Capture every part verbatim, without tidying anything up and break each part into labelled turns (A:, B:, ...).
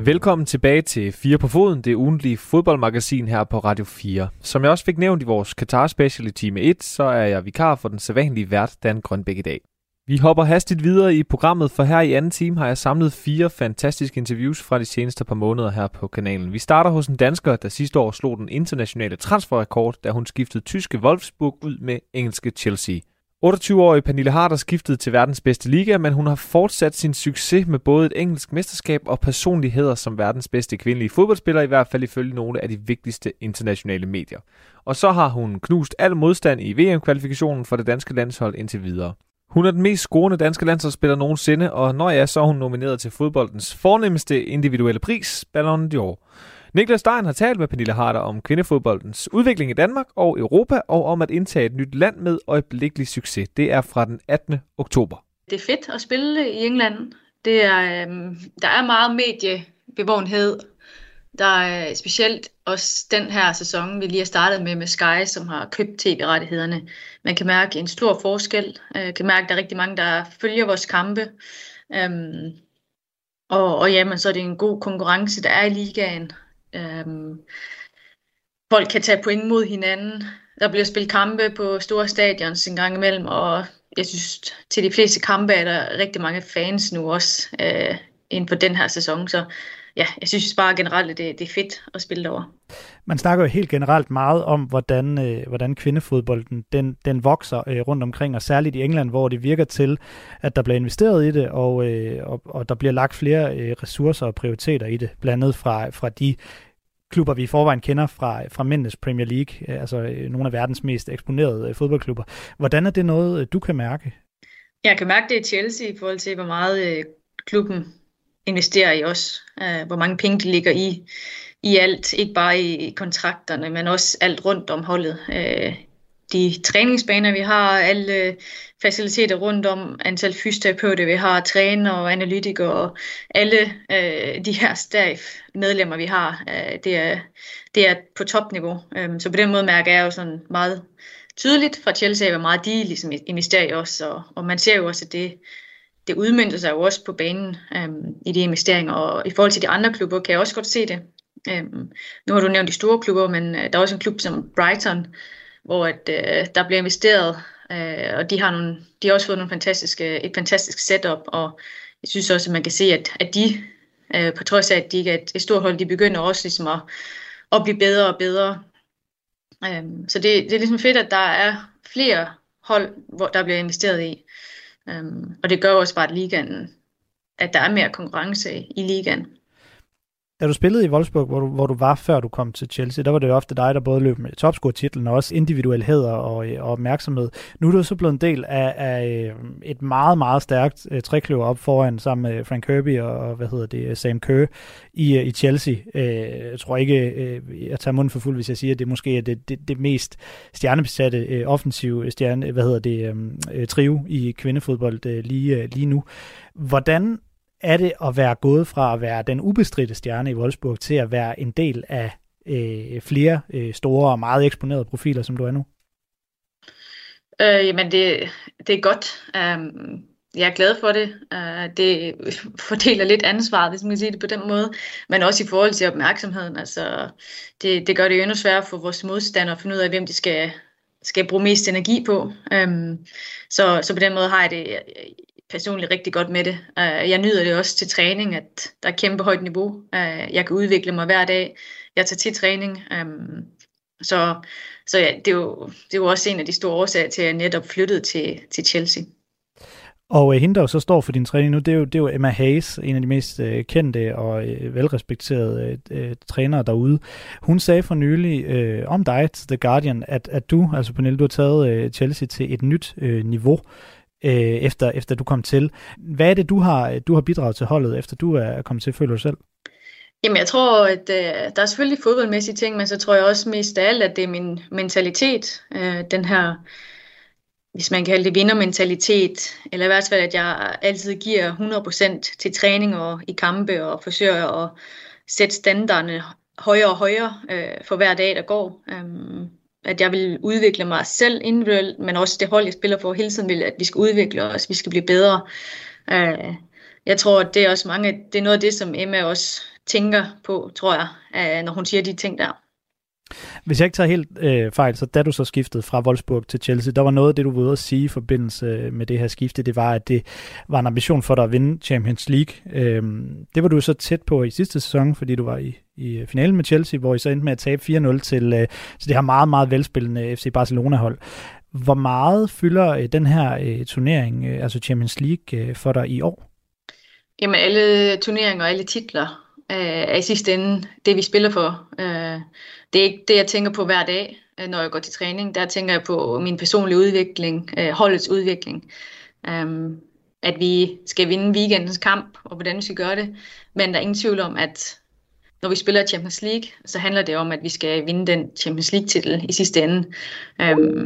A: Velkommen tilbage til Fire på Foden, det ugentlige fodboldmagasin her på Radio fire. Som jeg også fik nævnt i vores Qatar Special i time et, så er jeg vikar for den sædvanlige vært Dan Grønbæk i dag. Vi hopper hastigt videre i programmet, for her i anden time har jeg samlet fire fantastiske interviews fra de seneste par måneder her på kanalen. Vi starter hos en dansker, der sidste år slog den internationale transferrekord, da hun skiftede tyske Wolfsburg ud med engelske Chelsea. otteogtyve-årige Pernille Harder skiftede til verdens bedste liga, men hun har fortsat sin succes med både et engelsk mesterskab og personligheder som verdens bedste kvindelige fodboldspiller, i hvert fald ifølge nogle af de vigtigste internationale medier. Og så har hun knust al modstand i V M-kvalifikationen for det danske landshold indtil videre. Hun er den mest scorende danske landsholdsspiller nogensinde, og når jeg så er hun nomineret til fodboldens fornemmeste individuelle pris, Ballon d'Or. Niklas Stein har talt med Pernille Harder om kvindefodboldens udvikling i Danmark og Europa, og om at indtage et nyt land med øjeblikkelig succes. Det er fra den attende oktober.
B: Det er fedt at spille i England. Det er, øhm, der er meget mediebevågenhed. Der er specielt også den her sæson, vi lige har startet med med Sky, som har købt tv-rettighederne. Man kan mærke en stor forskel. Man kan mærke, at der er rigtig mange, der følger vores kampe. Øhm, og, og jamen, så er det en god konkurrence, der er i ligaen. Øhm, folk kan tage point mod hinanden. Der bliver spillet kampe på store stadions en gang imellem, og jeg synes, til de fleste kampe er der rigtig mange fans nu også øh, inden for den her sæson, så ja, jeg synes bare generelt, at det, det er fedt at spille derovre.
C: Man snakker jo helt generelt meget om, hvordan, øh, hvordan kvindefodbolden den, den vokser øh, rundt omkring, og særligt i England, hvor det virker til, at der bliver investeret i det, og, øh, og, og der bliver lagt flere øh, ressourcer og prioriteter i det, blandt andet fra, fra de klubber, vi i forvejen kender fra, fra mændenes Premier League, øh, altså øh, nogle af verdens mest eksponerede øh, fodboldklubber. Hvordan er det noget, øh, du kan mærke?
B: Jeg kan mærke det i Chelsea i forhold til, hvor meget øh, klubben investerer i os, uh, hvor mange penge de ligger i, i alt, ikke bare i kontrakterne, men også alt rundt om holdet. Uh, de træningsbaner, vi har, alle faciliteter rundt om, antal fysioterapeuter, vi har, træner og analytikere, og alle uh, de her staff-medlemmer, vi har, uh, det, er, det er på topniveau. Um, så på den måde mærker jeg jo sådan meget tydeligt fra Chelsea, hvor meget de ligesom investerer i os, og, og man ser jo også, at det Det udmønter sig jo også på banen øhm, i de investeringer, og i forhold til de andre klubber kan jeg også godt se det. Øhm, nu har du nævnt de store klubber, men øh, der er også en klub som Brighton, hvor at, øh, der bliver investeret, øh, og de har, nogle, de har også fået nogle fantastiske, et fantastisk setup, og jeg synes også, at man kan se, at, at de, øh, på trods af, at de ikke er et, et stort hold, de begynder også ligesom at, at blive bedre og bedre. Øhm, så det, det er ligesom fedt, at der er flere hold, hvor der bliver investeret i. Um, og det gør også bare, at ligaen, at der er mere konkurrence i ligaen.
C: Da du spillede i Wolfsburg, hvor du, hvor du var, før du kom til Chelsea, der var det jo ofte dig, der både løb med topscore-titlen og også individuel hæder og, og opmærksomhed. Nu er du så blevet en del af, af et meget, meget stærkt uh, trekløver op foran sammen med Frank Kirby og, hvad hedder det, Sam Kerr i, uh, i Chelsea. Uh, jeg tror ikke, uh, jeg tager munden for fuld, hvis jeg siger, at det måske er det, det, det mest stjernebesatte uh, offensive stjerne, hvad hedder det, um, uh, trio i kvindefodbold uh, lige, uh, lige nu. Hvordan er det at være gået fra at være den ubestridte stjerne i Wolfsburg til at være en del af øh, flere øh, store og meget eksponerede profiler, som du er nu?
B: Øh, jamen, det, det er godt. Um, jeg er glad for det. Uh, det fordeler lidt ansvaret, hvis man kan sige det på den måde, men også i forhold til opmærksomheden. Altså, det, det gør det jo endnu sværere for vores modstandere at finde ud af, hvem de skal, skal bruge mest energi på. Um, så, så på den måde har jeg det personligt rigtig godt med det. Jeg nyder det også til træning, at der er kæmpe højt niveau. Jeg kan udvikle mig hver dag. Jeg tager til træning. Så, så ja, det, er jo, det er jo også en af de store årsager til, at jeg netop flyttede til, til Chelsea.
C: Og hende, der så står for din træning nu, det er jo, det er jo Emma Hayes, en af de mest øh, kendte og øh, velrespekterede øh, trænere derude. Hun sagde for nylig øh, om dig til The Guardian, at, at du, altså Pernille, du har taget øh, Chelsea til et nyt øh, niveau, øh, efter, efter du kom til. Hvad er det, du har, du har bidraget til holdet, efter du er kommet til, føler du selv?
B: Jamen, jeg tror, at øh, der er selvfølgelig fodboldmæssige ting, men så tror jeg også mest af alt, at det er min mentalitet, øh, den her, hvis man kan kalde det vindermentalitet, eller i hvert fald, at jeg altid giver hundrede procent til træning og i kampe, og forsøger at sætte standarderne højere og højere øh, for hver dag, der går. Um, at jeg vil udvikle mig selv individuelt, men også det hold, jeg spiller for hele tiden, vil, at vi skal udvikle os, vi skal blive bedre. Uh, jeg tror, at det er også mange, det er noget af det, som Emma også tænker på, tror jeg, øh, når hun siger de ting der.
C: Hvis jeg ikke tager helt øh, fejl, så da du så skiftede fra Wolfsburg til Chelsea, der var noget af det, du var ude at sige i forbindelse med det her skifte, det var, at det var en ambition for dig at vinde Champions League. Øhm, det var du så tæt på i sidste sæson, fordi du var i, i finalen med Chelsea, hvor I så endte med at tabe fire nul til, øh, til det her meget, meget velspillende F C Barcelona-hold. Hvor meget fylder øh, den her øh, turnering, øh, altså Champions League, øh, for dig i år?
B: Jamen alle turneringer og alle titler øh, er i sidste ende det, vi spiller for. Øh, det er ikke det, jeg tænker på hver dag, øh, når jeg går til træning. Der tænker jeg på min personlige udvikling, øh, holdets udvikling. Øh, at vi skal vinde weekendens kamp, og hvordan vi skal gøre det. Men der er ingen tvivl om, at når vi spiller Champions League, så handler det om, at vi skal vinde den Champions League-titel i sidste ende. Øh,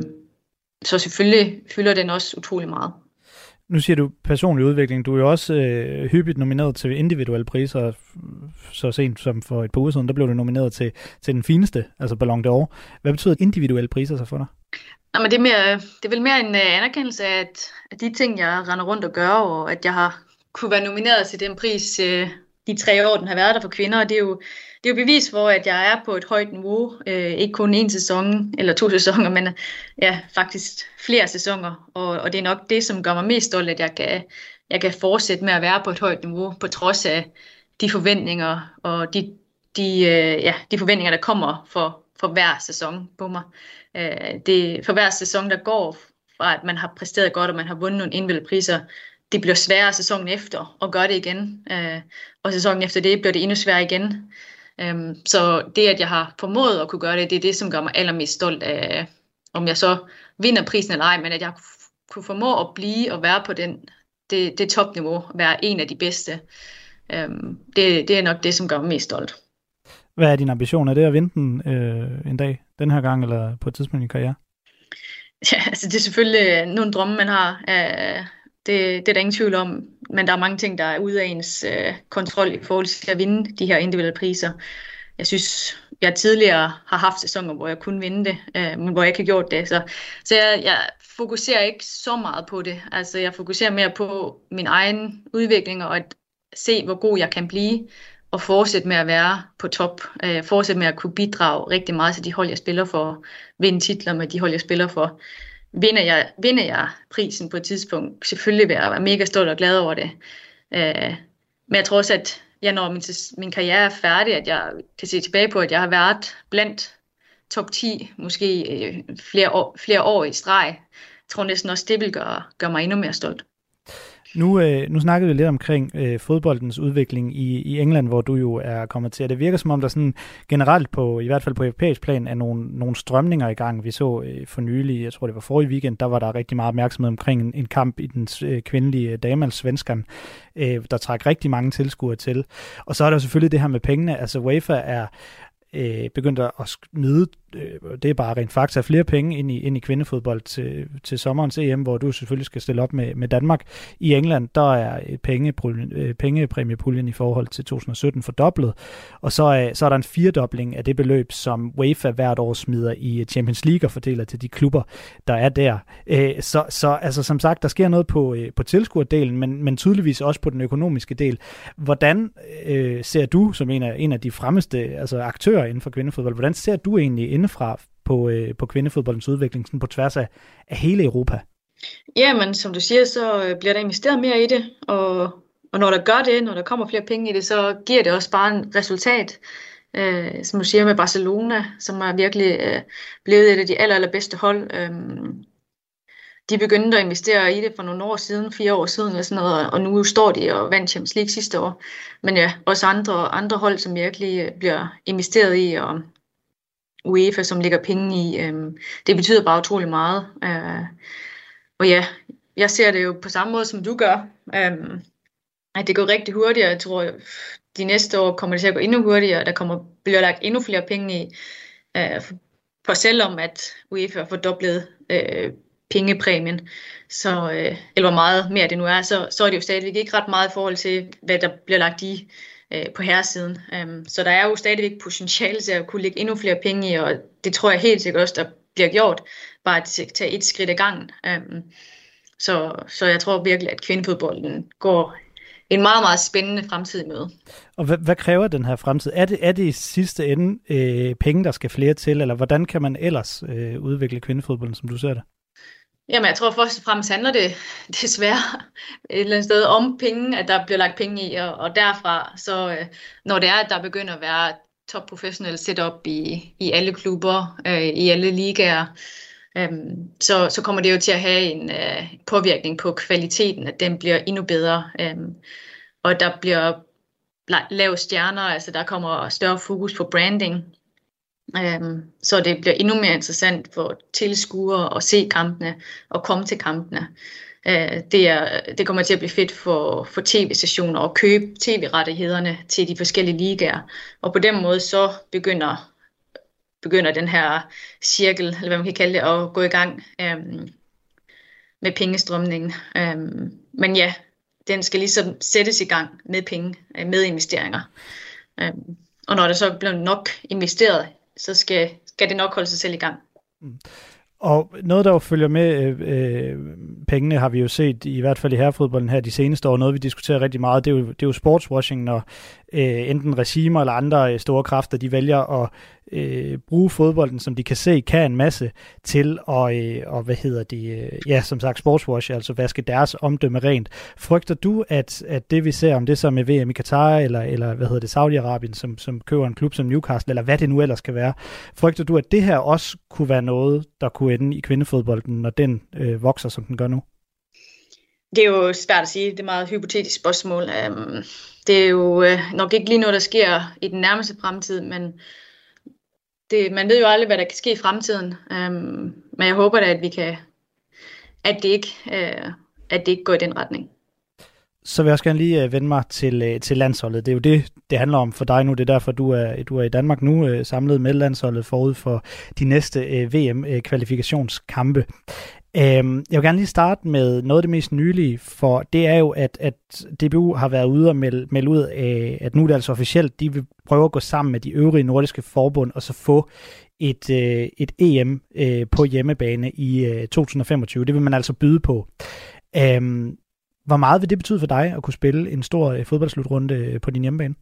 B: så selvfølgelig fylder den også utrolig meget.
C: Nu siger du personlig udvikling. Du er jo også øh, hyppigt nomineret til individuelle priser. Så sent som for et par uger siden, der blev du nomineret til, til den fineste, altså Ballon d'Or. Hvad betyder individuelle priser så for dig?
B: Jamen, det, er mere, det er vel mere en uh, anerkendelse af, at, at de ting, jeg render rundt og gør, og at jeg har kunne være nomineret til den pris uh, de tre år, den har været der for kvinder. Og det er jo, det er jo bevis for, at jeg er på et højt niveau. Uh, ikke kun en sæson eller to sæsoner, men ja, faktisk flere sæsoner. Og, og det er nok det, som gør mig mest stolt, at jeg kan, jeg kan fortsætte med at være på et højt niveau, på trods af de forventninger og de, de, uh, ja, de forventninger, der kommer for, for hver sæson på mig. Uh, det, for hver sæson, der går fra, at man har præsteret godt, og man har vundet nogle individuelle priser, det bliver sværere sæsonen efter at gøre det igen. Uh, og sæsonen efter det bliver det endnu sværere igen. Um, så det, at jeg har formået at kunne gøre det, det er det, som gør mig allermest stolt af, om jeg så vinder prisen eller ej, men at jeg kunne formå at blive og være på den, det, det topniveau, være en af de bedste. Um, det, det er nok det, som gør mig mest stolt.
C: Hvad er din ambition? Er det at vinde den øh, en dag, den her gang, eller på et tidspunkt i karriere?
B: Ja, altså det er selvfølgelig nogle drømme, man har. Uh, det, det er der ingen tvivl om, men der er mange ting, der er ude af ens uh, kontrol i forhold til at vinde de her individuelle priser. Jeg synes, jeg tidligere har haft sæsoner, hvor jeg kunne vinde det, uh, men hvor jeg ikke har gjort det. Så, så jeg, jeg fokuserer ikke så meget på det. Altså jeg fokuserer mere på min egen udvikling og at se, hvor god jeg kan blive. Og fortsætte med at være på top. Øh, fortsætte med at kunne bidrage rigtig meget til de hold, jeg spiller for. Vinde titler med de hold, jeg spiller for. Vinder jeg, vinder jeg prisen på et tidspunkt, selvfølgelig vil jeg være mega stolt og glad over det. Øh, men jeg tror også, at jeg, når min, min karriere er færdig, at jeg kan se tilbage på, at jeg har været blandt top ti, måske øh, flere, år, flere år i streg. Jeg tror næsten også, det vil gøre, gøre mig endnu mere stolt.
C: Nu, øh, nu snakkede vi lidt omkring øh, fodboldens udvikling i, i England, hvor du jo er kommet til. Det virker som om, der sådan generelt på, i hvert fald på europæisk plan, er nogle, nogle strømninger i gang. Vi så øh, for nylig, jeg tror det var forrige weekend, der var der rigtig meget opmærksomhed omkring en, en kamp i den øh, kvindelige damelsvenskeren, øh, der trak rigtig mange tilskuere til. Og så er der selvfølgelig det her med pengene. Altså UEFA er øh, begyndt at smide, øh, det er bare rent fakta, flere penge ind i, ind i kvindefodbold til, til sommerens E M, hvor du selvfølgelig skal stille op med, med Danmark. I England, der er penge, øh, pengepræmiepuljen i forhold til to tusind og sytten fordoblet, og så er, så er der en firedobling af det beløb, som UEFA hvert år smider i Champions League og fordeler til de klubber, der er der. Øh, så, så altså, som sagt, der sker noget på, øh, på tilskuerdelen, men, men tydeligvis også på den økonomiske del. Hvordan øh, ser du, som en af, en af de fremmeste altså aktører inden for kvindefodbold, hvordan ser du egentlig indefra på, øh, på kvindefodboldens udvikling sådan på tværs af, af hele Europa?
B: Jamen, som du siger, så bliver der investeret mere i det, og, og når der gør det, når der kommer flere penge i det, så giver det også bare en resultat. Øh, som du siger med Barcelona, som er virkelig øh, blevet et af de aller, allerbedste hold. Øh, de begyndte at investere i det for nogle år siden, fire år siden eller sådan noget, og nu står de og vandt Champions League sidste år. Men ja, også andre, andre hold, som virkelig bliver investeret i, og UEFA, som lægger penge i. Øh, det betyder bare utrolig meget. Øh, og ja, jeg ser det jo på samme måde, som du gør. Øh, at det går rigtig hurtigt, jeg tror, de næste år kommer det til at gå endnu hurtigere. Der kommer, bliver lagt endnu flere penge i. Øh, for selvom at UEFA har fordoblet øh, pengepræmien, så, øh, eller hvor meget mere det nu er, så, så er det jo stadigvæk ikke ret meget i forhold til, hvad der bliver lagt i øh, på herresiden. Um, så der er jo stadigvæk potentiale til at kunne lægge endnu flere penge i, og det tror jeg helt sikkert også, der bliver gjort, bare at tage et skridt ad gangen. Um, så, så jeg tror virkelig, at kvindefodbolden går en meget, meget spændende fremtid i møde.
C: Og hvad, hvad kræver den her fremtid? Er det, er det i sidste ende øh, penge, der skal flere til, eller hvordan kan man ellers øh, udvikle kvindefodbolden, som du ser det?
B: Jamen, jeg tror først og fremmest handler det desværre et eller andet sted om penge, at der bliver lagt penge i, og, og derfra, så øh, når det er, at der begynder at være top professional setup i, i alle klubber, øh, i alle ligaer, øh, så, så kommer det jo til at have en øh, påvirkning på kvaliteten, at den bliver endnu bedre, øh, og der bliver lavet stjerner, altså der kommer større fokus på branding, Um, så det bliver endnu mere interessant for tilskuere at se kampene og komme til kampene. Uh, det, er, det kommer til at blive fedt for, for tv-stationer at købe tv-rettighederne til de forskellige ligaer, og på den måde så begynder, begynder den her cirkel, eller hvad man kan kalde det, at gå i gang um, med pengestrømningen. Um, men ja, den skal ligesom sættes i gang med penge, med investeringer. Um, og når der så bliver nok investeret, så skal, skal det nok holde sig selv i gang. Mm.
C: Og noget, der jo følger med øh, øh, pengene, har vi jo set, i hvert fald i herrefodbolden her de seneste år, noget vi diskuterer rigtig meget, det er jo, det er jo sportswashing, når øh, enten regimer eller andre øh, store kræfter, de vælger at øh, bruge fodbolden, som de kan se, kan en masse til, og, øh, og hvad hedder de, øh, ja, som sagt sportswash, altså vaske deres omdømme rent. Frygter du, at, at det vi ser, om det så med V M i Katar, eller, eller hvad hedder det, Saudi-Arabien, som, som køber en klub som Newcastle, eller hvad det nu ellers skal være, frygter du, at det her også kunne være noget, der kunne ende i kvindefodbolden, når den øh, vokser, som den gør nu?
B: Det er jo svært at sige. Det er et meget hypotetisk spørgsmål. Um, det er jo uh, nok ikke lige noget, der sker i den nærmeste fremtid, men det, man ved jo aldrig, hvad der kan ske i fremtiden. Um, men jeg håber da, at vi kan, at det ikke, uh, at det ikke går i den retning.
C: Så vil jeg også gerne lige vende mig til, til landsholdet. Det er jo det, det handler om for dig nu. Det er derfor, du er, du er i Danmark nu, samlet med landsholdet forud for de næste V M-kvalifikationskampe. Jeg vil gerne lige starte med noget af det mest nylige, for det er jo, at, at D B U har været ude og melde, melde ud af, at nu er det altså officielt, de vil prøve at gå sammen med de øvrige nordiske forbund og så få et, et E M på hjemmebane i to tusind femogtyve. Det vil man altså byde på. Hvor meget vil det betyde for dig at kunne spille en stor fodboldslutrunde på din hjemmebane?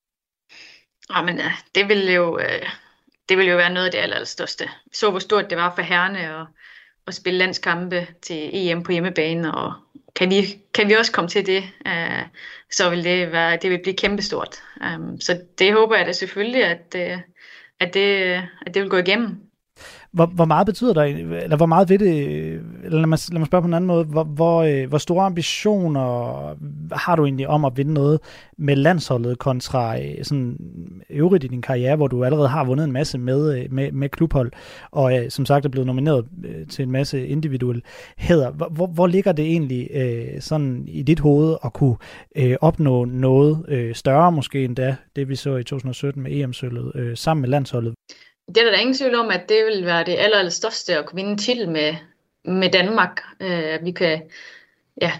B: Jamen, det vil jo, det vil jo være noget af det allerstørste. Vi så, hvor stort det var for herrene at, at spille landskampe til E M på hjemmebane, og kan vi, kan vi også komme til det, så vil det, være, det vil blive kæmpestort. Så det håber jeg da selvfølgelig, at, at, det, at det vil gå igennem.
C: Hvor, hvor meget betyder det, eller hvor meget ved det, eller lad mig, lad mig spørge på en anden måde, hvor, hvor, hvor store ambitioner har du egentlig om at vinde noget med landsholdet kontra sådan øvrigt i din karriere, hvor du allerede har vundet en masse med, med, med klubhold, og som sagt er blevet nomineret til en masse individuelle hæder. Hvor, hvor ligger det egentlig sådan i dit hoved at kunne opnå noget større måske endda, det vi så i to tusind sytten med E M-sølvet sammen med landsholdet?
B: Det er der ingen tvivl om, at det vil være det aller, aller største at kunne vinde en titel med, med Danmark. Uh, vi kan, ja,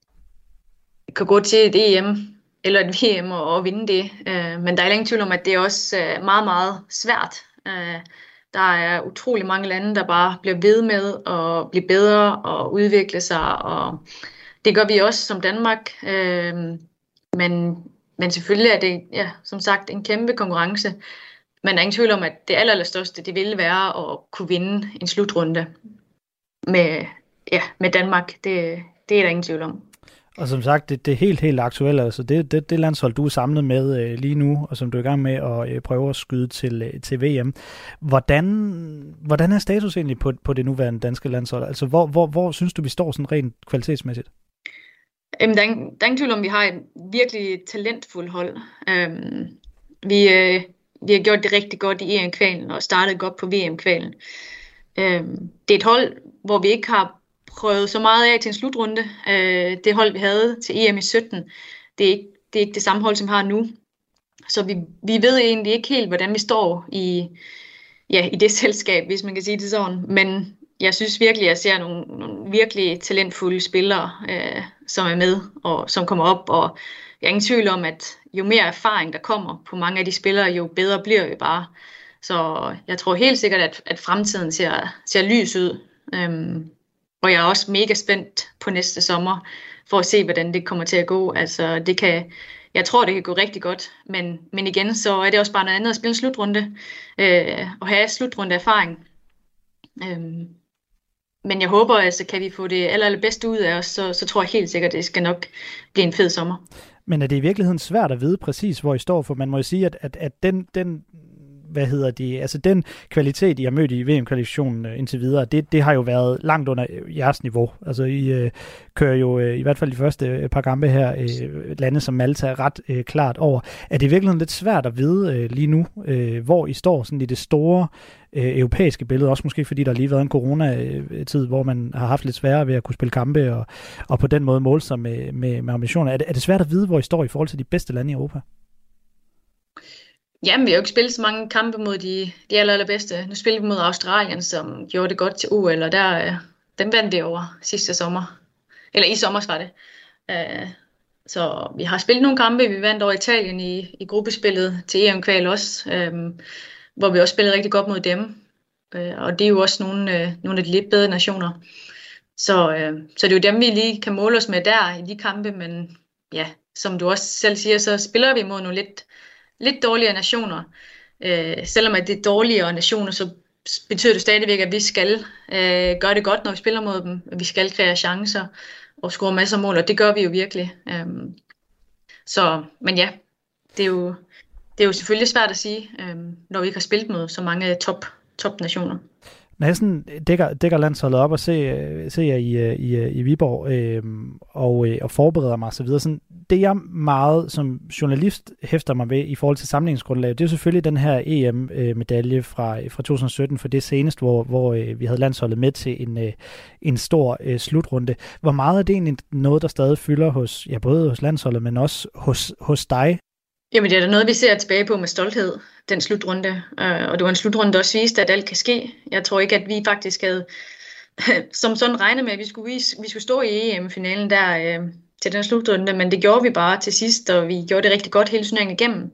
B: kan gå til et E M eller et V M og, og vinde det. Uh, men der er ingen tvivl om, at det er også uh, meget, meget svært. Uh, der er utrolig mange lande, der bare bliver ved med at blive bedre og udvikle sig. Og det gør vi også som Danmark. Uh, men, men selvfølgelig er det, ja, som sagt, en kæmpe konkurrence. Men der er ingen tvivl om, at det aller, aller største, det ville være at kunne vinde en slutrunde med, ja, med Danmark. Det, det er der ingen tvivl om.
C: Og som sagt, det, det er helt, helt aktuelt. Altså det, det, det landshold, du er samlet med øh, lige nu, og som du er i gang med at øh, prøve at skyde til, øh, til V M. Hvordan, hvordan er status egentlig på, på det nuværende danske landshold? Altså hvor, hvor, hvor synes du, vi står sådan rent kvalitetsmæssigt?
B: Jamen, der, er ingen, der er ingen tvivl om, at vi har et virkelig talentfuldt hold. Øhm, vi... Øh, Vi har gjort det rigtig godt i E M-kvalen og startet godt på V M-kvalen. Det er et hold, hvor vi ikke har prøvet så meget af til en slutrunde. Det hold, vi havde til E M i sytten, det er ikke det, er ikke det samme hold, som vi har nu. Så vi, vi ved egentlig ikke helt, hvordan vi står i, ja, i det selskab, hvis man kan sige det sådan. Men jeg synes virkelig, at jeg ser nogle, nogle virkelig talentfulde spillere, øh, som er med og som kommer op. Og jeg er ingen tvivl om, at jo mere erfaring der kommer på mange af de spillere, jo bedre bliver vi bare. Så jeg tror helt sikkert, at, at fremtiden ser, ser lys ud. Øhm, og jeg er også mega spændt på næste sommer, for at se, hvordan det kommer til at gå. Altså, det kan, jeg tror, det kan gå rigtig godt, men, men igen, så er det også bare noget andet at spille en slutrunde, øh, og have slutrunde erfaring. Øhm, men jeg håber, altså, kan vi få det aller, aller bedste ud af os, så, så tror jeg helt sikkert, at det skal nok blive en fed sommer.
C: Men er det i virkeligheden svært at vide præcis, hvor I står? For man må jo sige, at, at, at den, den, hvad hedder det, altså den kvalitet, I har mødt i V M-kvalifikationen indtil videre, det, det har jo været langt under jeres niveau. Altså I øh, kører jo øh, i hvert fald de første par kampe her, øh, lande som Malta ret øh, klart over. Er det i virkeligheden lidt svært at vide øh, lige nu, øh, hvor I står sådan i det store øh, europæiske billede, også måske fordi der lige har været en corona-tid, hvor man har haft lidt sværere ved at kunne spille kampe, og, og på den måde måle sig med, med, med ambitioner. Er det, er det svært at vide, hvor I står i forhold til de bedste lande i Europa?
B: Jamen, vi har jo ikke spillet så mange kampe mod de, de aller, allerbedste. Nu spillede vi mod Australien, som gjorde det godt til O L, og der, dem vandt vi over sidste sommer. Eller i sommer var det. Så vi har spillet nogle kampe. Vi vandt over Italien i, i gruppespillet til E M-kval også, hvor vi også spillede rigtig godt mod dem. Og det er jo også nogle, nogle af de lidt bedre nationer. Så, så det er jo dem, vi lige kan måle os med der i de kampe, men ja, som du også selv siger, så spiller vi mod nogle lidt lidt dårligere nationer. Øh, selvom at det er dårligere nationer, så betyder det stadigvæk, at vi skal øh, gøre det godt, når vi spiller mod dem. Vi skal kreere chancer og score masser af mål, og det gør vi jo virkelig. Øh, så, men ja, det er, jo, det er jo selvfølgelig svært at sige, øh, når vi ikke har spillet mod så mange top, top nationer.
C: Når jeg sådan dækker, dækker landsholdet op og ser, ser jeg i, i, i Viborg øh, og, og forbereder mig osv., sådan, det jeg meget som journalist hæfter mig ved i forhold til sammenligningsgrundlaget, det er selvfølgelig den her E M-medalje fra, fra to tusind og sytten, for det senest, hvor, hvor øh, vi havde landsholdet med til en, øh, en stor øh, slutrunde. Hvor meget er det egentlig noget, der stadig fylder hos, ja, både hos landsholdet, men også hos, hos dig?
B: Jamen, det er da noget, vi ser tilbage på med stolthed, den slutrunde. Og det var en slutrunde, der også viste, at alt kan ske. Jeg tror ikke, at vi faktisk havde som sådan regnet med, at vi skulle, vise, vi skulle stå i E M-finalen der øh, til den slutrunde, men det gjorde vi bare til sidst, og vi gjorde det rigtig godt hele turneringen igennem.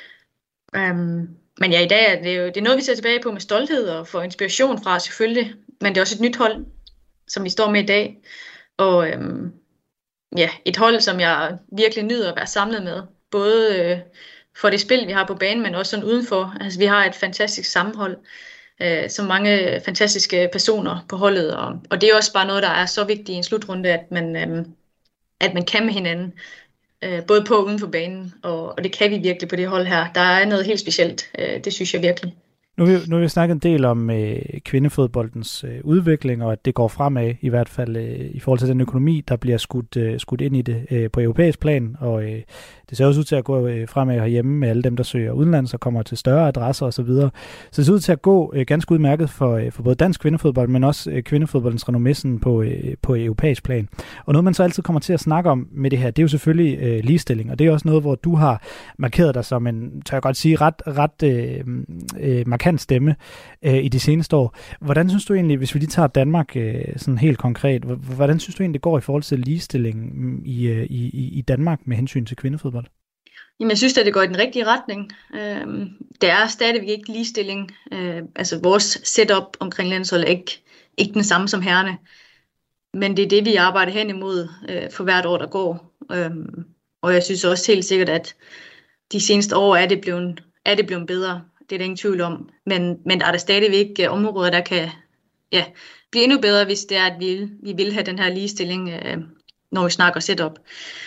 B: Um, men ja, i dag er det jo det er noget, vi ser tilbage på med stolthed og får inspiration fra selvfølgelig, men det er også et nyt hold, som vi står med i dag. Og øhm, ja, et hold, som jeg virkelig nyder at være samlet med. Både øh, for det spil, vi har på banen, men også sådan udenfor. Altså, vi har et fantastisk sammenhold, øh, så mange fantastiske personer på holdet, og, og det er også bare noget, der er så vigtigt i en slutrunde, at man, øh, at man kan med hinanden, øh, både på og uden for banen, og, og det kan vi virkelig på det hold her. Der er noget helt specielt, øh, det synes jeg virkelig.
C: Nu har vi, nu har vi snakket en del om øh, kvindefodboldens øh, udvikling, og at det går fremad, i hvert fald øh, i forhold til den økonomi, der bliver skudt, øh, skudt ind i det øh, på europæisk plan, og øh, det ser også ud til at gå øh, fremad herhjemme med alle dem, der søger udenlands og kommer til større adresser osv. Så, så det ser ud til at gå øh, ganske udmærket for, øh, for både dansk kvindefodbold, men også øh, kvindefodboldens renommé på, øh, på europæisk plan. Og noget, man så altid kommer til at snakke om med det her, det er jo selvfølgelig øh, ligestilling, og det er også noget, hvor du har markeret dig som en, tør jeg godt sige, ret, ret øh, øh, markant stemme øh, i de seneste år. Hvordan synes du egentlig, hvis vi lige tager Danmark øh, sådan helt konkret, hvordan synes du egentlig, det går i forhold til ligestilling i, øh, i, i Danmark med hensyn til kvindefodbold?
B: Jamen, jeg synes, at det går i den rigtige retning. Øh, det er stadigvæk ikke ligestilling. Øh, altså, vores setup omkring landsholdet er ikke, ikke den samme som herrene. Men det er det, vi arbejder hen imod øh, for hvert år, der går. Øh, og jeg synes også helt sikkert, at de seneste år er det blevet, er det blevet bedre. Det er der ingen tvivl om. Men, men der er der stadigvæk uh, områder, der kan ja, blive endnu bedre, hvis det er, at vi, vi vil have den her ligestilling, uh, når vi snakker setup.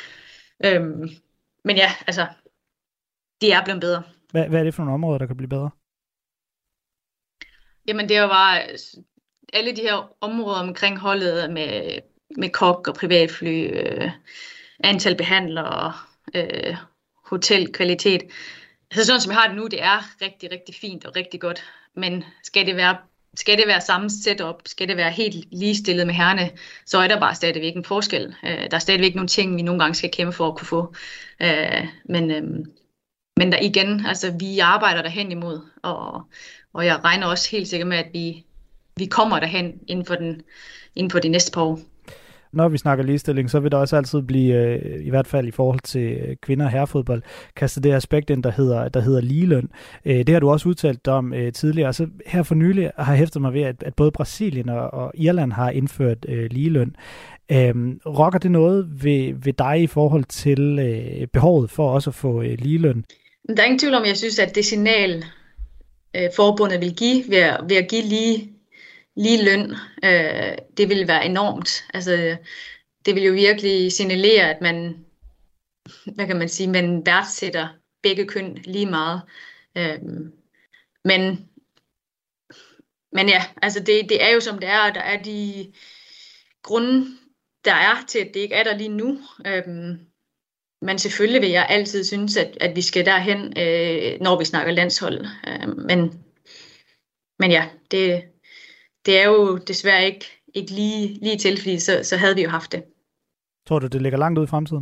B: Um, men ja, altså, det er blevet bedre.
C: Hvad, hvad er det for nogle områder, der kan blive bedre?
B: Jamen, det er jo bare alle de her områder omkring holdet med, med kok og privatfly, uh, antal behandlere, uh, hotelkvalitet. Så sådan som vi har det nu, det er rigtig, rigtig fint og rigtig godt. Men skal det være, skal det være samme setup, skal det være helt ligestillet med herrerne, så er der bare stadigvæk en forskel. Der er stadigvæk nogle ting, vi nogle gange skal kæmpe for at kunne få. Men, men der igen, altså vi arbejder derhen imod, og, og jeg regner også helt sikkert med, at vi, vi kommer derhen inden for, den, inden for de næste par år.
C: når vi snakker ligestilling, så vil der også altid blive, øh, i hvert fald i forhold til kvinder og herrefodbold, kastet det aspekt ind, der hedder, der hedder ligeløn. Øh, det har du også udtalt om øh, tidligere. Så her for nylig har jeg hæftet mig ved, at, at både Brasilien og, og Irland har indført øh, ligeløn. Øh, rokker det noget ved, ved dig i forhold til øh, behovet for også at få øh, ligeløn?
B: Der er ingen tvivl om, jeg synes, at det signal, øh, forbundet vil give ved at, ved at give lige, lige løn, øh, det vil være enormt. Altså, det vil jo virkelig signalere, at man, hvad kan man sige, man værdsætter begge køn lige meget. Øh, men, men ja, altså det, det er jo som det er, og der er de grunde, der er til, at det ikke er der lige nu. Øh, Men selvfølgelig vil jeg altid synes, at, at vi skal derhen, øh, når vi snakker landshold. Øh, men, men ja, det, det er jo desværre ikke, ikke lige, lige til, fordi så, så havde vi jo haft det.
C: Tror du, det ligger langt ud i fremtiden?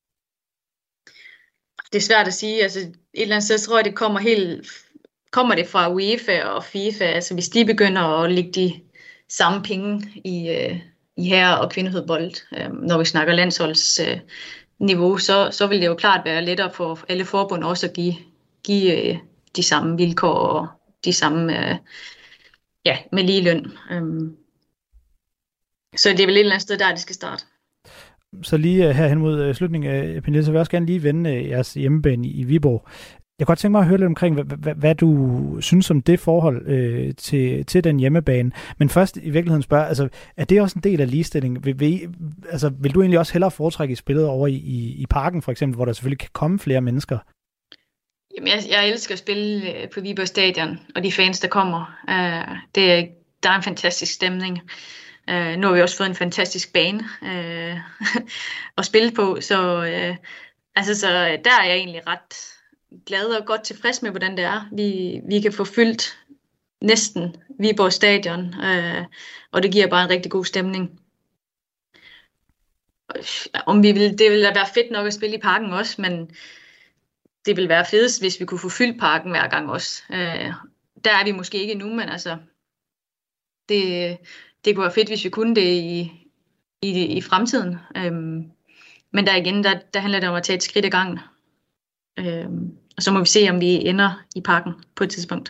B: Det er svært at sige. Altså, et eller andet sted tror jeg, det kommer helt kommer det fra UEFA og FIFA. Altså, hvis de begynder at lægge de samme penge i, øh, i herre- og kvindefodbold, øh, når vi snakker landsholds øh, niveau, så, så vil det jo klart være lettere for alle forbund også at give, give øh, de samme vilkår og de samme, øh, ja, med lige løn. Um, så det er vel et eller andet sted, der det skal starte. Så
C: lige her hen mod slutningen af Pernille, så vil jeg også gerne lige vende jeres hjemmebane i Viborg. Jeg kunne godt tænke mig at høre lidt omkring, hvad, hvad, hvad du synes om det forhold øh, til, til den hjemmebane. Men først i virkeligheden spørge, altså, er det også en del af ligestilling? Vil, vil, altså, vil du egentlig også hellere foretrække i spillet over i, i, i parken, for eksempel, hvor der selvfølgelig kan komme flere mennesker?
B: Jamen, jeg, jeg elsker at spille på Viborg Stadion, og de fans, der kommer. Uh, det er, der er en fantastisk stemning. Uh, nu har vi også fået en fantastisk bane uh, at spille på, så, uh, altså, så der er jeg egentlig ret glad og godt tilfreds med, hvordan det er. Vi, vi kan få fyldt næsten Viborg Stadion, øh, og det giver bare en rigtig god stemning. Om vi vil, det ville da være fedt nok at spille i parken også, men det ville være fedest, hvis vi kunne få fyldt parken hver gang også. Øh, der er vi måske ikke endnu, men altså, det, det kunne være fedt, hvis vi kunne det i, i, i fremtiden. Øh, men der igen, der, der handler det om at tage et skridt ad gangen. Øhm, og så må vi se, om vi ender i parken på et tidspunkt.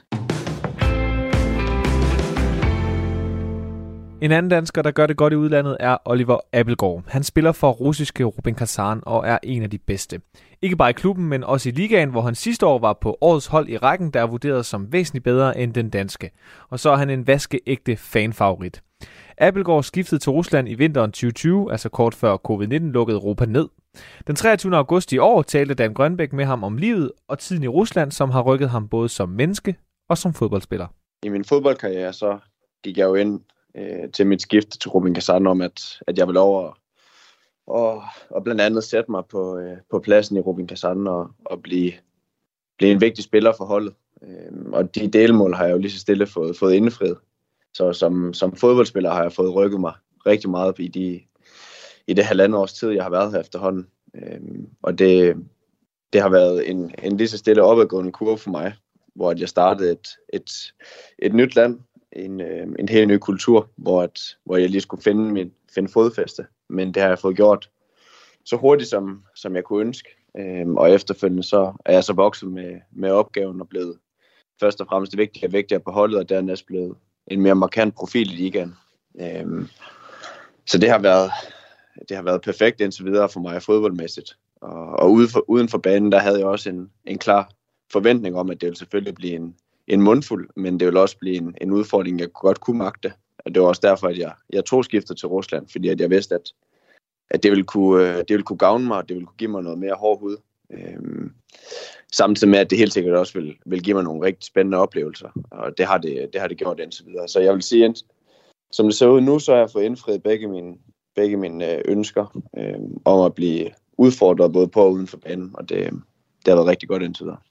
A: En anden dansker, der gør det godt i udlandet, er Oliver Abildgaard. Han spiller for russiske Rubin Kazan og er en af de bedste. Ikke bare i klubben, men også i ligaen, hvor han sidste år var på årets hold i rækken, der er vurderet som væsentligt bedre end den danske. Og så er han en vaskeægte fanfavorit. Abildgaard skiftede til Rusland i vinteren tyve tyve, altså kort før covid nitten lukkede Europa ned. Den treogtyvende august i år talte Dan Grønbæk med ham om livet og tiden i Rusland, som har rykket ham både som menneske og som fodboldspiller.
D: I min fodboldkarriere så gik jeg jo ind øh, til mit skifte til Rubin Kazan om, at, at jeg ville over og, og blandt andet sætte mig på, øh, på pladsen i Rubin Kazan og, og blive, blive en vigtig spiller for holdet. Øh, og de delmål har jeg jo lige så stille fået, fået indefriet. Så som, som fodboldspiller har jeg fået rykket mig rigtig meget i de i det halvandet års tid, jeg har været her efterhånden. Øhm, og det, det har været en, en lige så stille opadgående kurve for mig, hvor jeg startede et, et, et nyt land, en, øh, en helt ny kultur, hvor, at, hvor jeg lige skulle finde, min, finde fodfæste. Men det har jeg fået gjort så hurtigt, som, som jeg kunne ønske. Øhm, og efterfølgende så er jeg så vokset med, med opgaven og blevet først og fremmest vigtigere og vigtigere på holdet, og dernæst blevet en mere markant profil i ligaen. Øhm, så det har været Det har været perfekt indtil videre for mig fodboldmæssigt. Og, og uden, for, uden for banen, der havde jeg også en, en klar forventning om, at det ville selvfølgelig blive en, en mundfuld, men det ville også blive en, en udfordring, jeg godt kunne magte. Og det var også derfor, at jeg, jeg tog skiftet til Rusland, fordi at jeg vidste, at, at det, ville kunne, det ville kunne gavne mig, og det ville kunne give mig noget mere hård hud. Øhm, samtidig med, at det helt sikkert også vil, vil give mig nogle rigtig spændende oplevelser. Og det har det, det, har det gjort indtil videre. Så jeg vil sige, at som det ser ud nu, så har jeg fået indfriet begge mine begge mine ønsker øh, om at blive udfordret både på og uden for banen, og det, det har været rigtig godt indtil videre.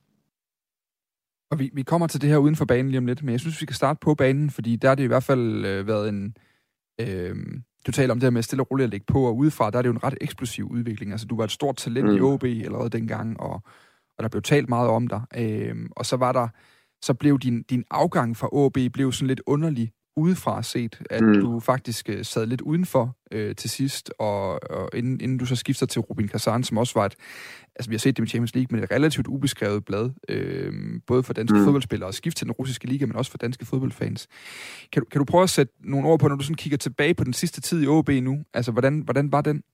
E: Og vi, vi kommer til det her uden for banen lige om lidt, men jeg synes, vi skal starte på banen, fordi der har det i hvert fald øh, været en... Øh, du taler om det her med stille og roligt at lægge på, og udefra, der er det jo en ret eksplosiv udvikling. Altså, du var et stort talent mm. i O B allerede dengang, og, og der blev talt meget om dig. Øh, og så var der... Så blev din, din afgang fra O B blev sådan lidt underlig udefra set, at mm. du faktisk øh, sad lidt udenfor øh, til sidst, og, og inden, inden du så skifter til Rubin Kazan, som også var et, altså vi har set det med Champions League, men et relativt ubeskrevet blad, øh, både for danske mm. fodboldspillere og skift til den russiske liga, men også for danske fodboldfans. Kan du, kan du prøve at sætte nogle ord på, når du sådan kigger tilbage på den sidste tid i O B nu? Altså, hvordan, hvordan var den?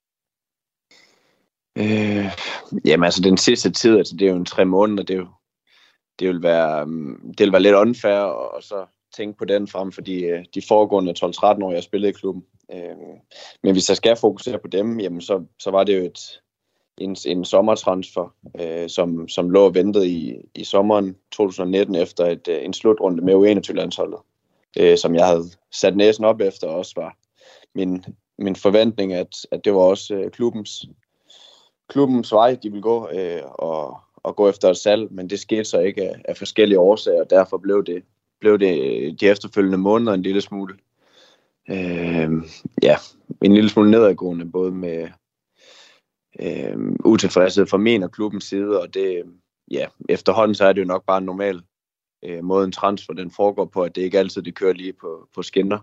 D: Øh, jamen altså, den sidste tid, altså det er jo en tre måneder, det er jo det vil være, det vil være lidt unfair og så tænke på den frem, fordi de foregående tolv tretten år, jeg spillede i klubben. Men hvis jeg skal fokusere på dem, jamen så, så var det jo et, en, en sommertransfer, som, som lå og ventede i, i sommeren to tusind nitten efter et, en slutrunde med U enogtyve-landsholdet, som jeg havde sat næsen op efter, og også var min, min forventning, at, at det var også klubbens, klubbens vej, de ville gå, og og gå efter et salg, men det skete så ikke af, af forskellige årsager, og derfor blev det, blev det de efterfølgende måneder en lille smule, øh, ja, en lille smule nedadgående, både med øh, utilfredshed fra min og klubbens side, og det, ja, efterhånden så er det jo nok bare en normal øh, måde en transfer, den foregår på, at det ikke altid det kører lige på, på skinner.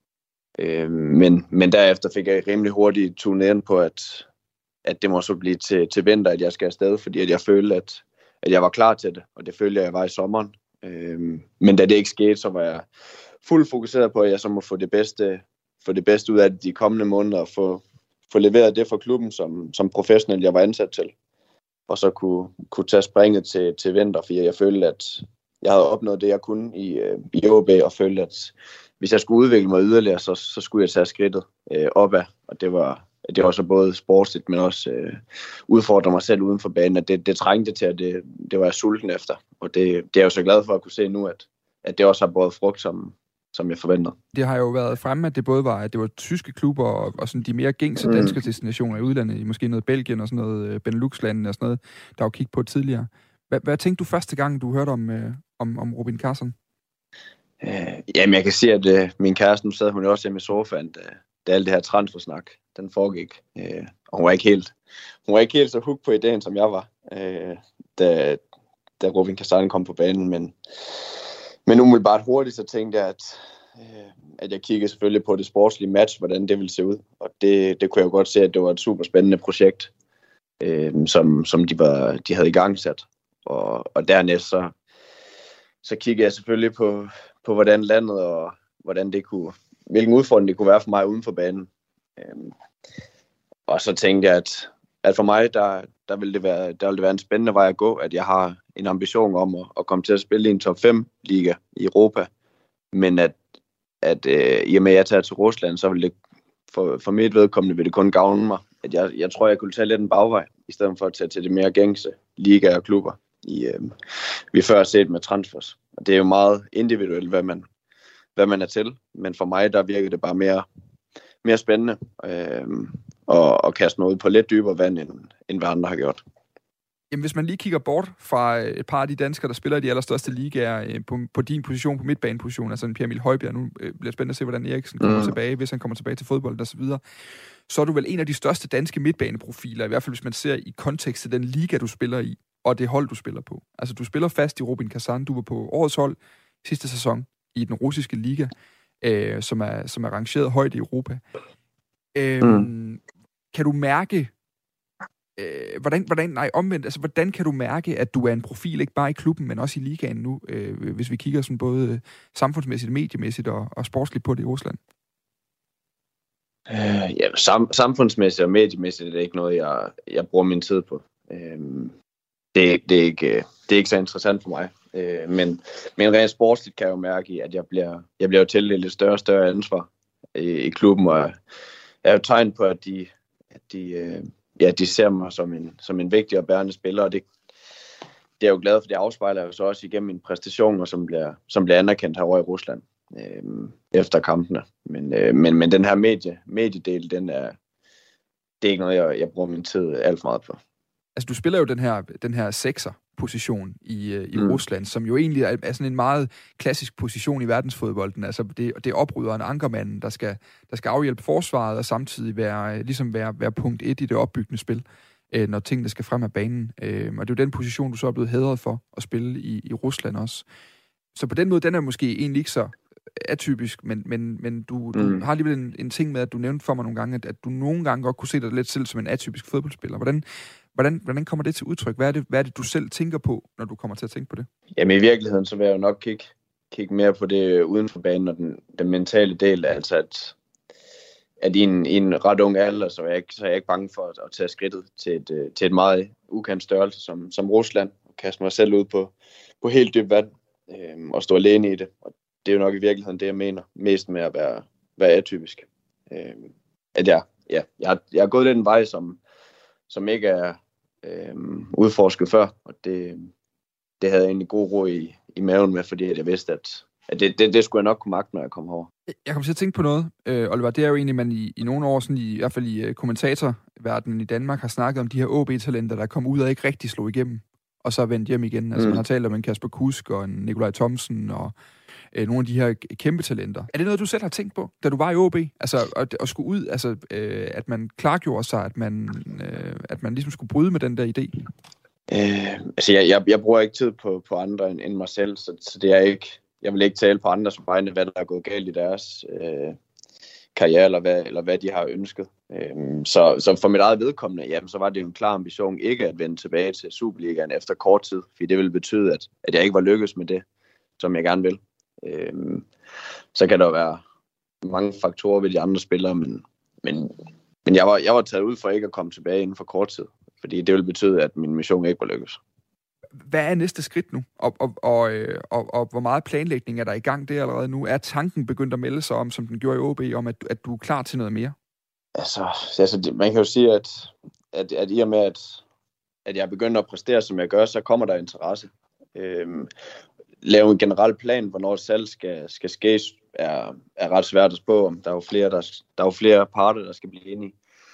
D: Øh, men, men derefter fik jeg rimelig hurtigt tunet ind på, at at det må så blive til, til vinter, at jeg skal afsted, fordi at jeg følte, at, at jeg var klar til det, og det følte jeg, jeg var i sommeren. Øhm, men da det ikke skete, så var jeg fuldt fokuseret på, at jeg så må få det bedste, få det bedste ud af de kommende måneder, og få, få leveret det for klubben, som, som professionel jeg var ansat til, og så kunne, kunne tage springet til, til vinter, fordi jeg følte, at jeg havde opnået det, jeg kunne i, i O B, og følte, at hvis jeg skulle udvikle mig yderligere, så, så skulle jeg tage skridtet øh, opad, og det var Det var så både sportsligt, men også øh, udfordre mig selv uden for banen, at det, det trængte til, at det, det var jeg sulten efter. Og det, det er jeg jo så glad for at kunne se nu, at, at det også har båret frugt, som, som jeg forventede.
E: Det har jo været fremme, at det både var, at det var tyske klubber og, og sådan de mere gængse mm. danske destinationer i udlandet, i måske noget Belgien og sådan noget Benelux-landene og sådan noget, der var kigget på tidligere. Hvad, hvad tænkte du første gang, du hørte om, øh, om, om Rubin Kazan?
D: Øh, jamen, jeg kan sige, at øh, min kæreste, nu sad hun jo også hjemme i sofaen, da, da alt det her transfersnak, den foregik. Øh, og hun var ikke helt, hun var ikke helt så hooked på ideen, som jeg var, øh, da, da Rubin Kazan kom på banen. Men, men umiddelbart hurtigt, så tænkte jeg, at, øh, at jeg kiggede selvfølgelig på det sportslige match, hvordan det ville se ud. Og det, det kunne jeg jo godt se, at det var et super spændende projekt, øh, som, som de, var, de havde igangsat. Og, og dernæst så, så kiggede jeg selvfølgelig på, på hvordan landet og hvordan det kunne, hvilken udfordring det kunne være for mig uden for banen. Øhm, og så tænkte jeg, at, at for mig, der, der, ville det være, der ville det være en spændende vej at gå, at jeg har en ambition om at, at komme til at spille i en top fem liga i Europa. Men at, at øh, i og med at jeg tager til Rusland, så vil det for, for mit vedkommende vil det kun gavne mig. At jeg, jeg tror, jeg kunne tage lidt en bagvej, i stedet for at tage til de mere gængse ligaer og klubber, i, øh, vi før har set med transfers. Og det er jo meget individuelt, hvad man, hvad man er til. Men for mig, der virker det bare mere, mere spændende øh, og, og kaste noget på lidt dybere vand, end, end hvad andre har gjort.
E: Jamen, hvis man lige kigger bort fra et par af de danskere, der spiller i de allerstørste ligaer på, på din position, på midtbaneposition, altså en Pierre Emil Højbjerg, nu bliver det spændende at se, hvordan Eriksen kommer mm. tilbage, hvis han kommer tilbage til fodbold og så videre, så er du vel en af de største danske midtbaneprofiler, i hvert fald hvis man ser i kontekst til den liga, du spiller i, og det hold, du spiller på. Altså, du spiller fast i Rubin Kazan, du var på årets hold sidste sæson i den russiske liga, øh, som, er, som er rangeret højt i Europa. Øh, mm. Kan du mærke, øh, hvordan, hvordan, nej, omvendt, altså, hvordan kan du mærke, at du er en profil, ikke bare i klubben, men også i ligaen nu, øh, hvis vi kigger sådan både samfundsmæssigt, mediemæssigt og, og sportsligt på det i Rusland?
D: Øh, ja, sam, samfundsmæssigt og mediemæssigt er det ikke noget, jeg, jeg bruger min tid på. Øh, det, det, er ikke, det er ikke så interessant for mig. Øh, men, men rent sportsligt kan jeg jo mærke, at jeg bliver, jeg bliver tildelt et større og større ansvar i, i klubben, og jeg er jo tegn på, at de, at de, øh, ja, de ser mig som en, som en vigtig og bærende spiller, og det, det er jeg jo glad for. Det afspejler jo så også igennem mine præstationer, som bliver, som bliver anerkendt herovre i Rusland øh, efter kampene. Men, øh, men, men den her medie, mediedel, den er, det er ikke noget, jeg, jeg bruger min tid alt for meget på.
E: Altså, du spiller jo den her, den her sekser-position i, i mm. Rusland, som jo egentlig er, er sådan en meget klassisk position i verdensfodbolden. Altså, det, det opryder en ankermand, der skal, der skal afhjælpe forsvaret, og samtidig være, ligesom være, være punkt et i det opbyggende spil, øh, når tingene skal frem af banen. Øh, og det er jo den position, du så er blevet hædret for at spille i, i Rusland også. Så på den måde, den er måske egentlig ikke så atypisk, men, men, men du, du
D: Mm.
E: har alligevel en, en ting med, at du nævnte for mig nogle gange, at, at du nogle gange godt kunne se dig lidt selv som en atypisk fodboldspiller. Hvordan, hvordan, hvordan kommer det til udtryk? Hvad er det, hvad er det, du selv tænker på, når du kommer til at tænke på det?
D: Jamen i virkeligheden, så vil jeg jo nok kigge, kigge mere på det uden for banen, og den, den mentale del, altså at, at i, en, i en ret ung alder, så er jeg ikke, så er jeg ikke bange for at, at tage skridtet til et, til et meget ukendt størrelse som, som Rusland, og kaste mig selv ud på, på helt dybt vand, øhm, og stå alene i det. Og det er jo nok i virkeligheden det, jeg mener mest med at være, være atypisk. Øhm, at jeg, ja, jeg, har, jeg har gået lidt en vej, som, som ikke er øhm, udforsket før, og det, det havde jeg egentlig god ro i, i maven med, fordi at jeg vidste, at, at det, det, det skulle jeg nok kunne magte, når jeg kom herover.
E: Jeg kom til at tænke på noget, øh, Oliver, det er jo egentlig, man i, i nogle år, sådan i, i hvert fald i uh, kommentatorverdenen i Danmark, har snakket om de her O B-talenter, der kom ud og ikke rigtig slog igennem, og så vendt hjem igen. Altså mm. man har talt om en Kasper Kusk og en Nikolaj Thomsen og øh, nogle af de her kæmpe talenter. Er det noget, du selv har tænkt på, da du var i O B? Altså at, at skulle ud, altså øh, at man klargjorde sig, at man, øh, at man ligesom skulle bryde med den der idé?
D: Øh, altså jeg, jeg, jeg bruger ikke tid på, på andre end, end mig selv, så, så det er ikke, jeg vil ikke tale på andres vegne, hvad der er gået galt i deres øh, karriere, eller hvad, eller hvad de har ønsket. Øh, så, så for mit eget vedkommende, jamen, så var det jo en klar ambition ikke at vende tilbage til Superligaen efter kort tid, fordi det ville betyde, at, at jeg ikke var lykkes med det, som jeg gerne vil. Øh, så kan der være mange faktorer ved de andre spillere, men, men, men jeg, var, jeg var taget ud for ikke at komme tilbage inden for kort tid, fordi det ville betyde, at min mission ikke var lykkes.
E: Hvad er næste skridt nu? Og, og, og, og, og hvor meget planlægning er der i gang det allerede nu? Er tanken begyndt at melde sig om, som den gjorde i O B, om at, at du er klar til noget mere?
D: Altså, altså man kan jo sige, at, at, at i og med, at, at jeg er begyndt at præstere, som jeg gør, så kommer der interesse. Øhm, lave en generel plan, hvornår salg skal, skal ske, er, er ret svært at spå om. Der er jo flere, der, der er jo flere parter, der skal blive enige.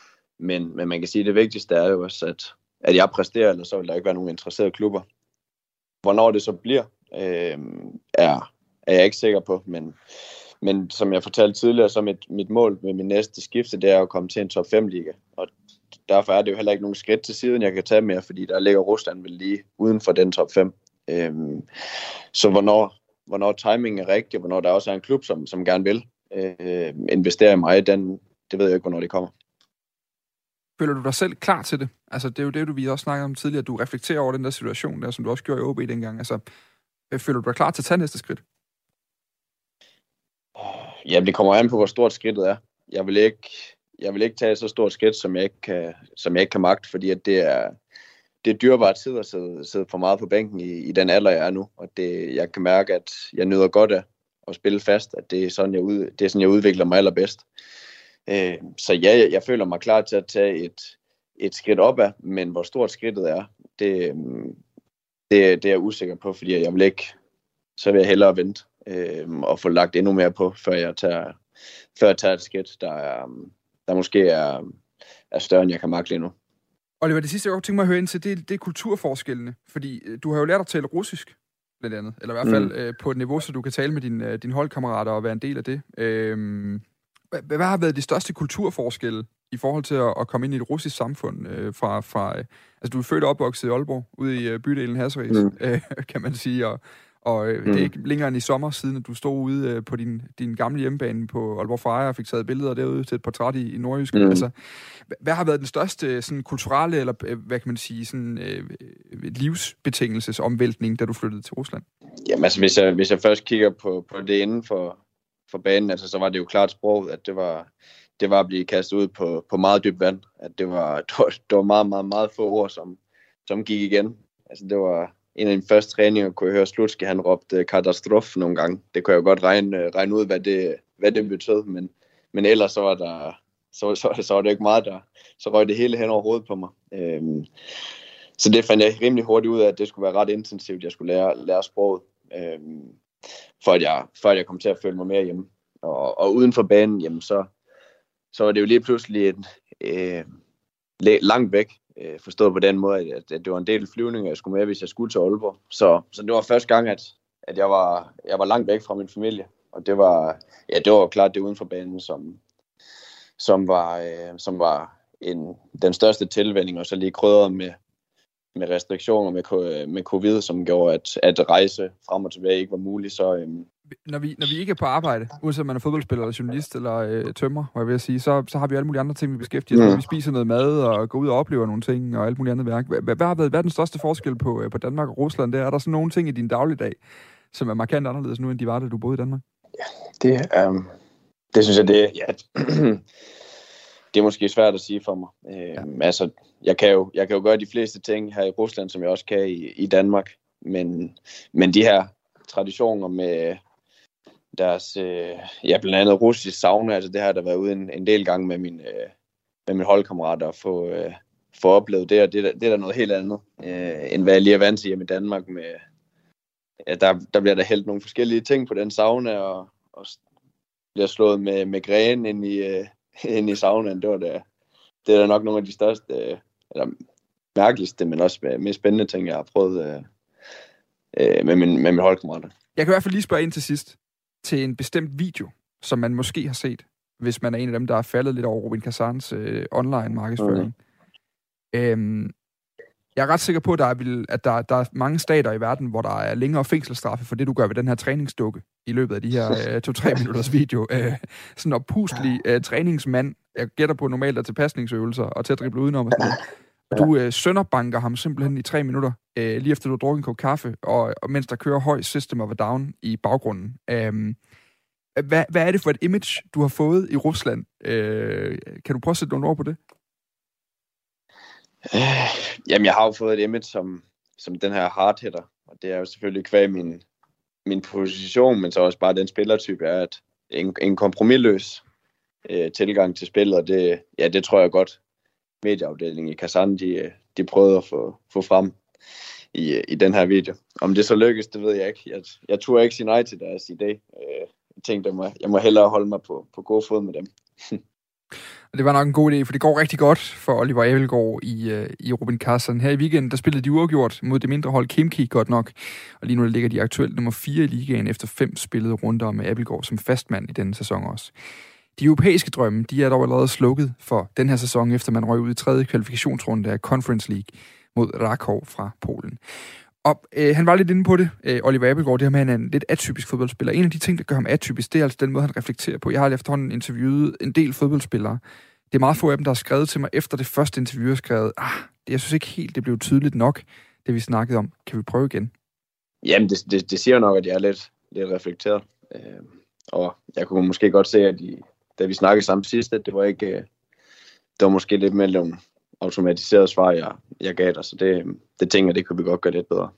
D: Men, men man kan sige, at det vigtigste er jo også, at, at jeg præsterer, eller så vil der ikke være nogen interesserede klubber. Hvornår det så bliver, øh, er, er jeg ikke sikker på. Men, men som jeg fortalte tidligere, så mit, mit mål med min næste skifte, det er at komme til en top fem liga. Og derfor er det jo heller ikke nogen skridt til siden, jeg kan tage mere, fordi der ligger Rusland vel lige uden for den top fem. Øh, så hvornår, hvornår timingen er rigtig, og hvornår der også er en klub, som, som gerne vil øh, investere i mig, den, det ved jeg ikke, hvornår det kommer.
E: Føler du dig selv klar til det? Altså, det er jo det, du vi også snakkede om tidligere, at du reflekterer over den der situation der, som du også gjorde i O B dengang. Altså, føler du dig klar til at tage næste skridt?
D: Ja, det kommer an på, hvor stort skridtet er. Jeg vil ikke, jeg vil ikke tage så stort skridt, som jeg ikke kan, som jeg ikke kan magte, fordi at det er, det er dyrebare tid at sidde, sidde for meget på bænken i, i den alder, jeg er nu. Og det, jeg kan mærke, at jeg nyder godt af at spille fast, at det er sådan, jeg, ud, det er sådan, jeg udvikler mig allerbedst. Øh, så ja, jeg, jeg føler mig klar til at tage et, et skridt opad, men hvor stort skridtet er, det, det, det er jeg usikker på, fordi jeg vil ikke, så vil jeg hellere vente øh, og få lagt endnu mere på, før jeg tager, før jeg tager et skridt, der, er, der måske er, er større, end jeg kan magte lige nu.
E: Oliver, det sidste, jeg godt tænker mig at høre ind til, det, det er kulturforskellene, fordi du har jo lært at tale russisk, blandt andet, eller i hvert fald mm. øh, på et niveau, så du kan tale med dine din holdkammerater og være en del af det. Øh, Hvad har været de største kulturforskelle i forhold til at, at komme ind i et russisk samfund? Øh, fra, fra, øh, altså, du er født og opvokset i Aalborg, ude i øh, bydelen Hasseris, mm. øh, kan man sige, og, og øh, mm. det er ikke længere end i sommer siden, at du stod ude øh, på din, din gamle hjemmebane på Aalborg Freja og fik taget billeder derude til et portræt i, i Nordjysk. Mm. Altså, hvad har været den største sådan, kulturelle, eller øh, hvad kan man sige, sådan, øh, livsbetingelsesomvæltning, da du flyttede til Rusland? Jamen
D: altså, hvis jeg, hvis jeg først kigger på, på det inden for for banen, altså så var det jo klart sproget, at det var, det var at blive kastet ud på, på meget dybt vand. At det var, det var meget, meget, meget få ord, som, som gik igen. Altså det var en af de første træninger, kunne jeg høre Slutski, han råbte katastrof nogle gange. Det kunne jeg jo godt regne, regne ud, hvad det, hvad det betød, men, men ellers så var der, så, så, så var det ikke meget der. Så røg det hele hen over hovedet på mig. Øhm, så det fandt jeg rimelig hurtigt ud af, at det skulle være ret intensivt, jeg skulle lære, lære sproget. Øhm, for at jeg, for at jeg kom til at føle mig mere hjemme. Og, og uden for banen, jamen så, så var det jo lige pludselig et, øh, langt væk, øh, forstået på den måde, at, at det var en del flyvninger, jeg skulle med, hvis jeg skulle til Aalborg. Så, så det var første gang, at, at jeg, var, jeg var langt væk fra min familie. Og det var, ja, det var klart det uden for banen, som, som var, øh, som var en, den største tilvænning, og så lige krydret med, med restriktioner med, med covid, som gjorde, at, at rejse frem og tilbage ikke var muligt, så, øhm,
E: Når vi, når vi ikke er på arbejde, uanset om man er fodboldspiller eller journalist eller øh, tømrer, hvor jeg vil sige, så, så har vi alle mulige andre ting, vi beskæftiger os med. Vi spiser noget mad og går ud og oplever nogle ting og alt muligt andet værk. Hvad, hvad har været hvad er den største forskel på, øh, på Danmark og Rusland? Der er der sådan nogle ting i din dagligdag, som er markant anderledes nu, end de var, da du boede i Danmark?
D: Ja, det, øh, det synes jeg, det er... Ja, det er måske svært at sige for mig. Øh, ja. Altså, jeg kan, jo, jeg kan jo gøre de fleste ting her i Rusland, som jeg også kan i, i Danmark. Men, men de her traditioner med deres, øh, ja, blandt andet russisk sauna, altså det har der været ude en, en del gange med min, øh, med mine holdkammerater at få, øh, få oplevet det, og det, det er der noget helt andet, øh, end hvad jeg lige er vant til hjemme i Danmark. Med, ja, der, der bliver der hældt nogle forskellige ting på den sauna, og, og bliver slået med, med græn ind i, øh, ind i saunaen. Det, var det, det er da nok nogle af de største, øh, eller mærkeligste, men også mest spændende ting, jeg har prøvet øh, øh, med, min, med mine holdkammerater.
E: Jeg kan i hvert fald lige spørge ind til sidst til en bestemt video, som man måske har set, hvis man er en af dem, der er faldet lidt over Rubin Kazans øh, online markedsføring. Mm. Øhm, jeg er ret sikker på, at, der er, at der, der er mange stater i verden, hvor der er længere fængselsstraffe for det, du gør ved den her træningsdukke i løbet af de her øh, to-tre minutters video. Øh, sådan en oppustelig øh, træningsmand, jeg gætter på normalt er til pasningsøvelser og til at drible udenom og sådan noget. Og du øh, sønderbanker ham simpelthen i tre minutter, øh, lige efter du har drukket en kop kaffe, og, og mens der kører høj System of a Down i baggrunden. Øhm, hvad, hvad er det for et image, du har fået i Rusland? Øh, kan du prøve at sætte nogle ord på det?
D: Øh, jamen, jeg har jo fået et image som, som den her hardhitter, og det er jo selvfølgelig kvæg min, min position, men så også bare den spillertype er, at en, en kompromisløs øh, tilgang til spillet, og det, ja, det tror jeg godt, medieafdelingen i Kazan, de, de prøvede at få, få frem i, i den her video. Om det så lykkes, det ved jeg ikke. Jeg, jeg turde ikke sige nej til deres idé. Jeg tænkte, jeg må, jeg må hellere holde mig på, på god fod med dem.
E: Og det var nok en god idé, for det går rigtig godt for Oliver Abildgaard i, i Rubin Kazan. Her i weekenden, der spillede de uafgjort mod det mindre hold Khimki godt nok. Og lige nu ligger de aktuelt nummer fire i ligaen efter fem spillede runder med Abildgaard som fastmand i denne sæson også. De europæiske drømme, de er dog allerede slukket for den her sæson, efter man røg ud i tredje kvalifikationsrunde af Conference League mod Rakov fra Polen. Og øh, han var lidt inde på det, øh, Oliver Abildgaard, det her med, at han er en lidt atypisk fodboldspiller. En af de ting, der gør ham atypisk, det er altså den måde, han reflekterer på. Jeg har efterhånden interviewet en del fodboldspillere. Det er meget få af dem, der har skrevet til mig efter det første interview, og skrevet, ah, jeg synes ikke helt, det blev tydeligt nok, det vi snakkede om. Kan vi prøve igen?
D: Jamen, det, det, det siger nok, at jeg er lidt, lidt reflekteret. Øh, og jeg kunne måske godt se, at de da vi snakkede sammen sidst, at det var ikke, det var måske lidt mere nogle automatiserede svar, jeg, jeg gav dig, så det, det tænker jeg, det kunne vi godt gøre lidt bedre.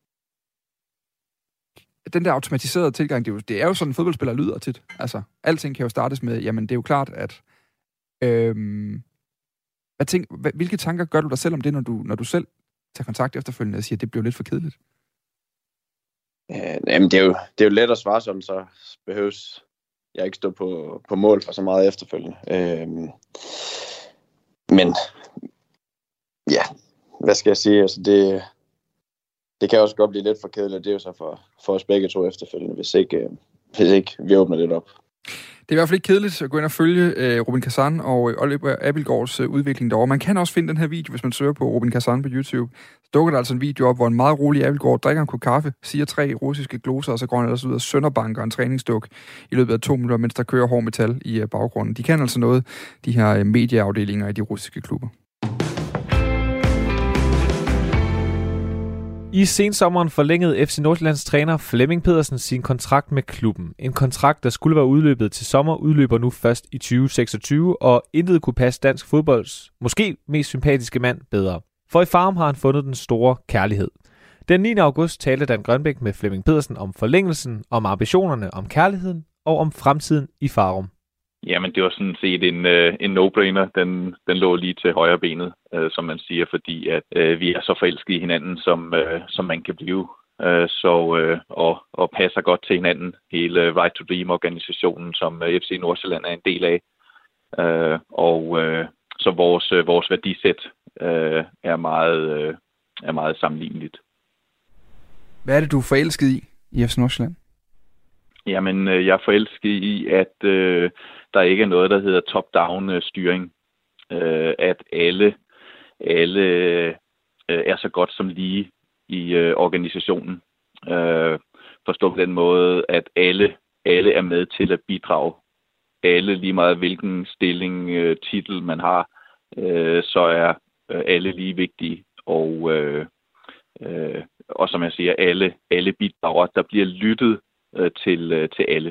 E: Den der automatiserede tilgang, det er jo, det er jo sådan, en fodboldspiller lyder tit. Altså, alting kan jo startes med, jamen det er jo klart, at øhm, hvad tænk, hvilke tanker gør du dig selv om det, når du, når du selv tager kontakt efterfølgende og siger, at det bliver lidt for kedeligt?
D: Øh, jamen, det er, jo, det er jo let at svare sådan, så behøves jeg ikke stå på, på mål for så meget efterfølgende. Øhm, men, ja, hvad skal jeg sige? Altså, det, det kan også godt blive lidt for kedeligt. Det er jo så for, for os begge to efterfølgende, hvis ikke, hvis ikke vi åbner lidt op.
E: Det er i hvert fald ikke kedeligt at gå ind og følge øh, Rubin Kazan og Oliver Abildgaards øh, udvikling derovre. Man kan også finde den her video, hvis man søger på Rubin Kazan på YouTube. Så dukker der altså en video op, hvor en meget rolig Abildgaard drikker en kop kaffe, siger tre russiske gloser, og så går han ellers ud og sønderbanker en træningsduk i løbet af to minutter, mens der kører hård metal i øh, baggrunden. De kan altså noget, de her øh, medieafdelinger i de russiske klubber.
A: I sensommeren forlængede F C Nordsjællands træner Flemming Pedersen sin kontrakt med klubben. En kontrakt, der skulle være udløbet til sommer, udløber nu først i tyve seksogtyve, og intet kunne passe dansk fodbolds måske mest sympatiske mand bedre. For i Farum har han fundet den store kærlighed. Den niende august talte Dan Grønbæk med Flemming Pedersen om forlængelsen, om ambitionerne, om kærligheden og om fremtiden i Farum.
F: Jamen, det var sådan set en, øh, en no-brainer. Den, den lå lige til højre benet, øh, som man siger, fordi at øh, vi er så forelskede i hinanden, som, øh, som man kan blive. Øh, så, øh, og, og passer godt til hinanden. Hele Right to Dream-organisationen, som øh, F C Nordsjælland er en del af. Øh, og øh, så vores, øh, vores værdisæt øh, er, meget, øh, er meget sammenligneligt.
E: Hvad er det, du er forelsket i i F C Nordsjælland?
F: Jamen, jeg er forelsket i, at øh, der ikke er noget, der hedder top-down styring. Øh, at alle, alle øh, er så godt som lige i øh, organisationen. Øh, forstå på den måde, at alle, alle er med til at bidrage. Alle, lige meget hvilken stilling, øh, titel man har, øh, så er øh, alle lige vigtige. Og, øh, øh, og som jeg siger, alle, alle bidrager. Der bliver lyttet øh, til, øh, til alle.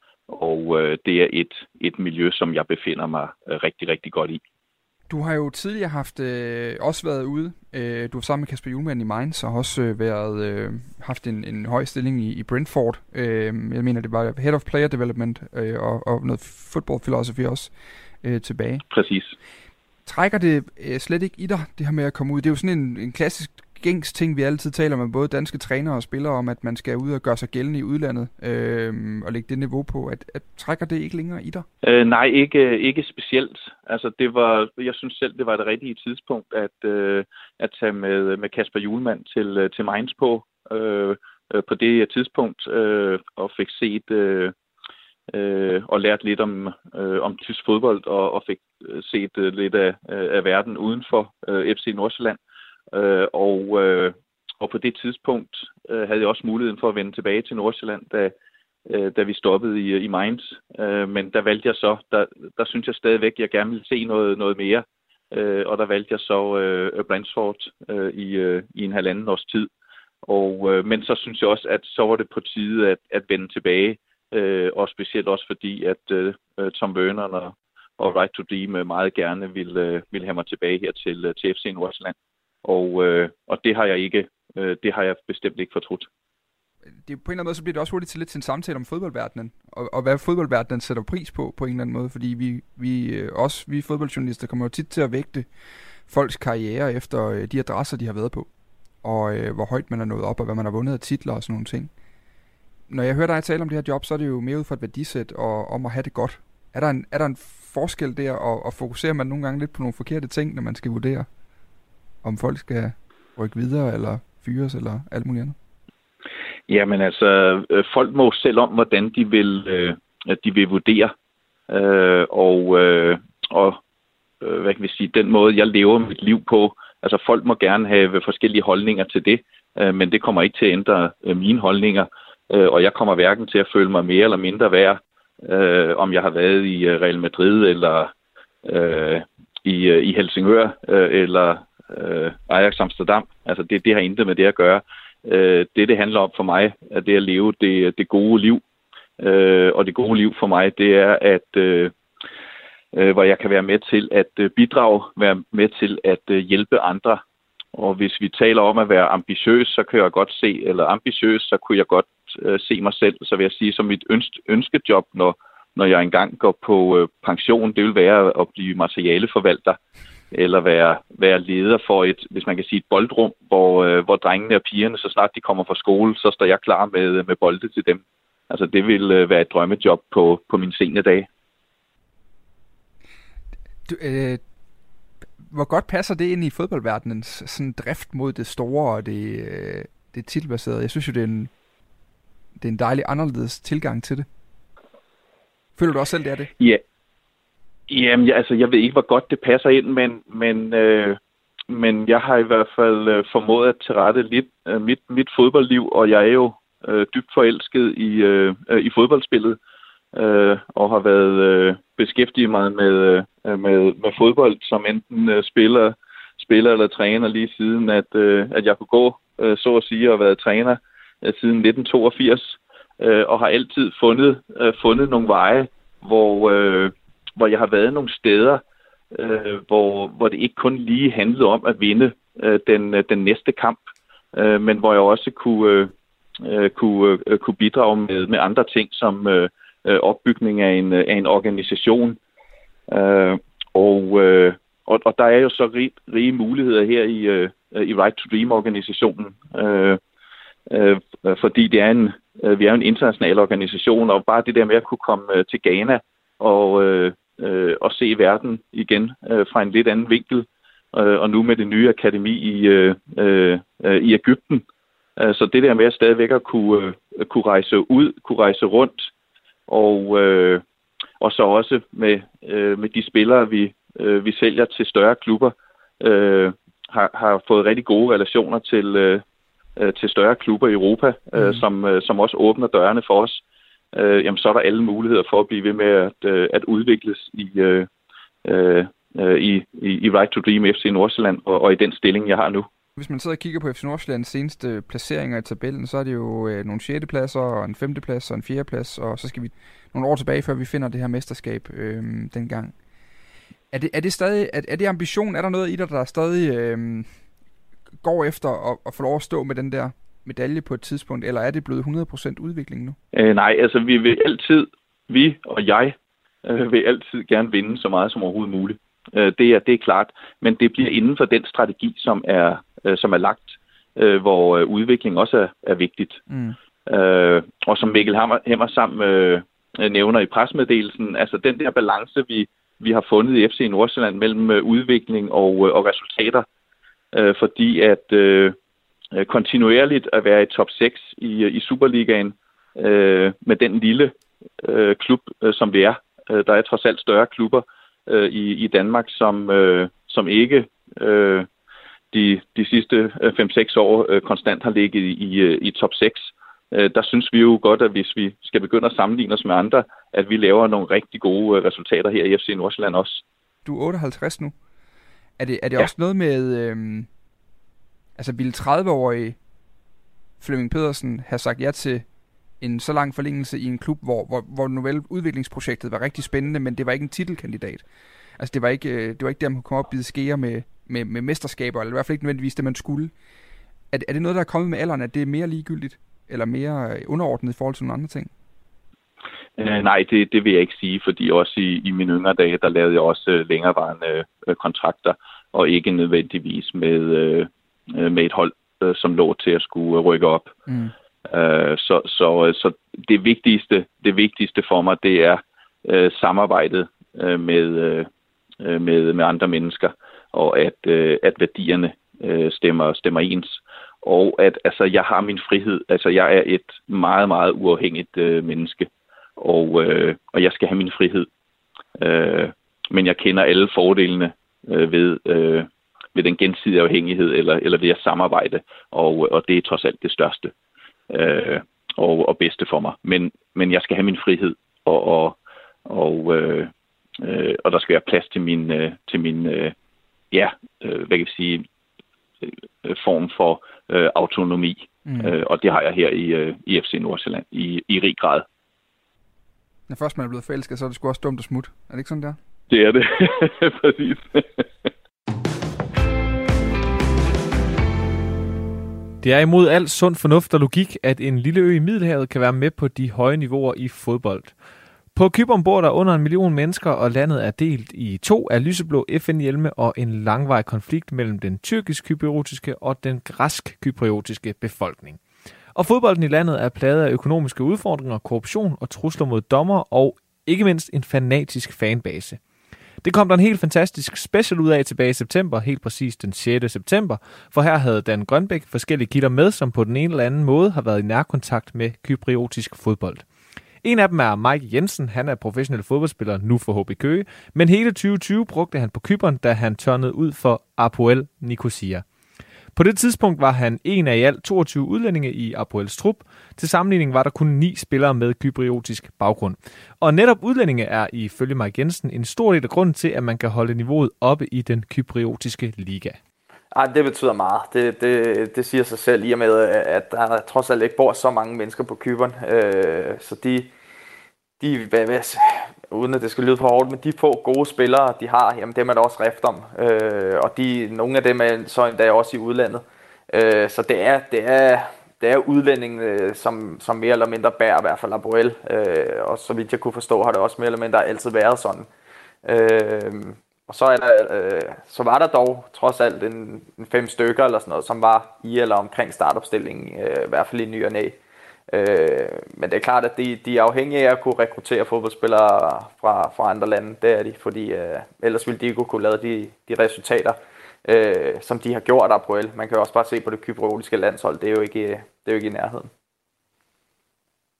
F: Og øh, det er et, et miljø, som jeg befinder mig øh, rigtig, rigtig godt i.
E: Du har jo tidligere haft øh, også været ude. Øh, du var sammen med Kasper Hjulmand i Mainz, og har også øh, været, øh, haft en, en høj stilling i, i Brentford. Øh, jeg mener, det var Head of Player Development øh, og, og noget football philosophy også øh, tilbage.
F: Præcis.
E: Trækker det øh, slet ikke i dig, det her med at komme ud? Det er jo sådan en, en klassisk gængs ting, vi altid taler med både danske trænere og spillere om, at man skal ud og gøre sig gældende i udlandet øh, og lægge det niveau på. At, at trækker det ikke længere i dig?
F: Øh, nej, ikke, ikke specielt. Altså, det var, jeg synes selv, det var det rigtige tidspunkt at, øh, at tage med, med Kasper Hjulmand til, til Mainz på. Øh, på det tidspunkt øh, og fik set øh, øh, og lært lidt om, øh, om tysk fodbold og, og fik set øh, lidt af, af verden uden for øh, F C Nordsjælland. Øh, og, øh, og på det tidspunkt øh, havde jeg også muligheden for at vende tilbage til Nordsjælland, da, øh, da vi stoppede i, i Mainz. Øh, men der valgte jeg så, der, der synes jeg stadigvæk, at jeg gerne ville se noget, noget mere. Øh, og der valgte jeg så øh, Brentford øh, i, øh, i en halvanden års tid. Og, øh, men så synes jeg også, at så var det på tide at, at vende tilbage. Øh, og specielt også fordi, at øh, Tom Vernon og, og Right to Dream meget gerne ville, øh, ville have mig tilbage her til, til F C Nordsjælland. Og, øh, og det har jeg ikke, øh, det har jeg bestemt ikke fortrudt.
E: Det, på en eller anden måde, så bliver det også hurtigt til lidt til en samtale om fodboldverdenen, og, og hvad fodboldverdenen sætter pris på, på en eller anden måde, fordi vi, vi øh, også, vi fodboldjournalister, kommer jo tit til at vægte folks karriere efter øh, de adresser, de har været på, og øh, hvor højt man er nået op, og hvad man har vundet af titler og sådan nogle ting. Når jeg hører dig tale om det her job, så er det jo mere ud fra et værdisæt og om at have det godt. Er der en, er der en forskel der, og, og fokuserer man nogle gange lidt på nogle forkerte ting, når man skal vurdere, om folk skal rykke videre, eller fyres, eller alt muligt andet?
F: Jamen altså, folk må selv om, hvordan de vil, øh, de vil vurdere. Øh, og, øh, og øh, hvad kan vi sige, den måde, jeg lever mit liv på. Altså, folk må gerne have forskellige holdninger til det, øh, men det kommer ikke til at ændre øh, mine holdninger. Øh, og jeg kommer hverken til at føle mig mere eller mindre værd, øh, om jeg har været i Real Madrid, eller øh, i, i Helsingør, øh, eller øh, Ajax Amsterdam. Altså, det, det har intet med det at gøre. Øh, det, det handler om for mig, er det at leve det, det gode liv. Øh, og det gode liv for mig, det er, at øh, øh, hvor jeg kan være med til at øh, bidrage, være med til at øh, hjælpe andre. Og hvis vi taler om at være ambitiøs, så kan jeg godt se, eller ambitiøs, så kunne jeg godt øh, se mig selv, så vil jeg sige, som mit ønske, ønskejob, når, når jeg engang går på øh, pension, det vil være at blive materialeforvalter, eller være, være leder for et, hvis man kan sige, et boldrum, hvor, øh, hvor drengene og pigerne, så snart de kommer fra skole, så står jeg klar med, med bolde til dem. Altså det vil øh, være et drømmejob på, på mine sene dage.
E: Du, øh, hvor godt passer det ind i fodboldverdenens sådan drift mod det store og det, øh, det titelbaserede? Jeg synes jo, det er, en, det er en dejlig anderledes tilgang til det. Føler du også selv, det er det?
F: Ja. Jamen, jeg, altså, jeg ved ikke, hvor godt det passer ind, men, men, øh, men jeg har i hvert fald øh, formået at tilrette lidt øh, mit, mit fodboldliv, og jeg er jo øh, dybt forelsket i, øh, i fodboldspillet, øh, og har været øh, beskæftiget mig med, øh, med, med fodbold, som enten øh, spiller, spiller eller træner lige siden, at, øh, at jeg kunne gå, øh, så at sige, og været træner øh, siden nitten toogfirs, øh, og har altid fundet, øh, fundet nogle veje, hvor... Øh, hvor jeg har været nogle steder, øh, hvor, hvor det ikke kun lige handlede om at vinde øh, den, den næste kamp, øh, men hvor jeg også kunne, øh, kunne, øh, kunne bidrage med, med andre ting, som øh, opbygning af en, af en organisation. Øh, og, øh, og, og der er jo så rig, rige muligheder her i, øh, i Right to Dream-organisationen, øh, øh, fordi det er en, øh, vi er en international organisation, og bare det der med at kunne komme øh, til Ghana og øh, Øh, og se verden igen øh, fra en lidt anden vinkel, øh, og nu med det nye akademi i, øh, øh, i Egypten. Øh, så det der med at stadigvæk at kunne, øh, kunne rejse ud, kunne rejse rundt, og, øh, og så også med, øh, med de spillere, vi, øh, vi sælger til større klubber, øh, har, har fået rigtig gode relationer til, øh, øh, til større klubber i Europa, øh, mm. som, øh, som også åbner dørene for os, øh, jamen så er der alle muligheder for at blive ved med at, øh, at udvikles i, øh, øh, i, i, i Right to Dream F C Nordsjælland og, og i den stilling, jeg har nu.
E: Hvis man sidder og kigger på F C Nordsjællands seneste placeringer i tabellen, så er det jo øh, nogle sjette pladser, og en femte plads og en fjerde plads, og så skal vi nogle år tilbage, før vi finder det her mesterskab øh, dengang. Er det, er det stadig, er, er det ambition? Er der noget i dig, der stadig øh, går efter at, at få lov at stå med den der medalje på et tidspunkt, eller er det blevet hundrede procent udvikling nu?
F: Øh, nej, altså vi vil altid, vi og jeg, øh, vil altid gerne vinde så meget som overhovedet muligt. Øh, det, er, det er klart, men det bliver inden for den strategi, som er, øh, som er lagt, øh, hvor øh, udvikling også er, er vigtigt. Mm. Øh, og som Mikkel Hammer, Hammer sammen øh, nævner i pressemeddelelsen, altså den der balance, vi vi har fundet i F C Nordsjælland mellem øh, udvikling og, øh, og resultater, øh, fordi at øh, kontinuerligt at være i top seks i, i Superligaen øh, med den lille øh, klub, øh, som vi er. Øh, der er trods alt større klubber øh, i, i Danmark, som, øh, som ikke øh, de, de sidste fem seks år øh, konstant har ligget i, i, i top seks. Der synes vi jo godt, at hvis vi skal begynde at sammenligne os med andre, at vi laver nogle rigtig gode resultater her i F C Nordsjælland også.
E: Du er otteoghalvtreds nu. Er det, er det
F: ja.
E: også noget med, øhm, altså ville tredive-årige Flemming Pedersen have sagt ja til en så lang forlængelse i en klub, hvor, hvor, hvor Novelle udviklingsprojektet var rigtig spændende, men det var ikke en titelkandidat. Altså det var ikke, det var ikke der, man kunne komme op og bide skeer med, med, med mesterskaber, eller i hvert fald ikke nødvendigvis det, man skulle. Er, er det noget, der er kommet med alderen, at det er mere ligegyldigt? Eller mere underordnet i forhold til nogle andre ting?
F: Øh, nej, det, det vil jeg ikke sige, fordi også i, i mine yngre dage, der lavede jeg også øh, længerevarende øh, kontrakter, og ikke nødvendigvis med, øh, med et hold, øh, som lå til at skulle rykke op. Mm. Øh, så, så, så det vigtigste, det vigtigste for mig, det er øh, samarbejdet øh, med, øh, med, med andre mennesker, og at, øh, at værdierne øh, stemmer, stemmer ens. Og at altså, jeg har min frihed. Altså, jeg er et meget, meget uafhængigt øh, menneske. Og, øh, og jeg skal have min frihed. Øh, men jeg kender alle fordelene øh, ved, øh, ved den gensidige afhængighed, eller, eller ved at samarbejde. Og, og det er trods alt det største øh, og, og bedste for mig. Men, men jeg skal have min frihed. Og, og, og, øh, øh, og der skal være plads til min, øh, til min øh, ja, øh, hvad kan jeg sige, øh, form for Øh, autonomi, mm. øh, og det har jeg her i, øh, i F C Nordsjælland i, i rig grad.
E: Når først man er blevet forelsket, så er det sgu også dumt at smutte. Er det ikke sådan der?
F: Det er det, præcis.
A: Det er imod al sund fornuft og logik, at en lille ø i Middelhavet kan være med på de høje niveauer i fodbold. På Cypern bor der under en million mennesker, og landet er delt i to af lyseblå F N-hjelme og en langvarig konflikt mellem den tyrkisk-kypriotiske og den græsk-kypriotiske befolkning. Og fodbolden i landet er plaget af økonomiske udfordringer, korruption og trusler mod dommer og ikke mindst en fanatisk fanbase. Det kom der en helt fantastisk special ud af tilbage i september, helt præcis den sjette september, for her havde Dan Grønbæk forskellige kilder med, som på den ene eller anden måde har været i nærkontakt med kypriotisk fodbold. En af dem er Mike Jensen, han er professionel fodboldspiller nu for H B Køge, men hele tyve tyve brugte han på Cypern, da han tørnede ud for Apoel Nicosia. På det tidspunkt var han en af i alt toogtyve udlændinge i Apoels trup. Til sammenligning var der kun ni spillere med kypriotisk baggrund. Og netop udlændinge er ifølge Mike Jensen en stor del af grunden til, at man kan holde niveauet oppe i den kypriotiske liga.
G: Ej, det betyder meget. Det, det, det siger sig selv i og med, at der trods alt ikke bor så mange mennesker på Cypern. Øh, så de, de hvad, hvad, uden at det skal lyde for hårdt, men de få gode spillere, de har, jamen dem er der også rift om. Øh, og de, nogle af dem er så endda også i udlandet. Øh, så det er, det er, det er udlændinge, som, som mere eller mindre bærer i hvert fald Apoel. Øh, og så vidt jeg kunne forstå, har det også mere eller mindre altid været sådan. Øh, Og så, er der, øh, så var der dog trods alt en, en fem stykker eller sådan noget, som var i eller omkring startopstillingen, øh, i hvert fald i ny og næ. Øh, men det er klart, at de, de er afhængige af at kunne rekruttere fodboldspillere fra, fra andre lande. Det er de, fordi øh, ellers ville de ikke kunne lave de, de resultater, øh, som de har gjort af Apoel. Man kan jo også bare se på det kypriotiske landshold, det er jo ikke, det er jo ikke i nærheden.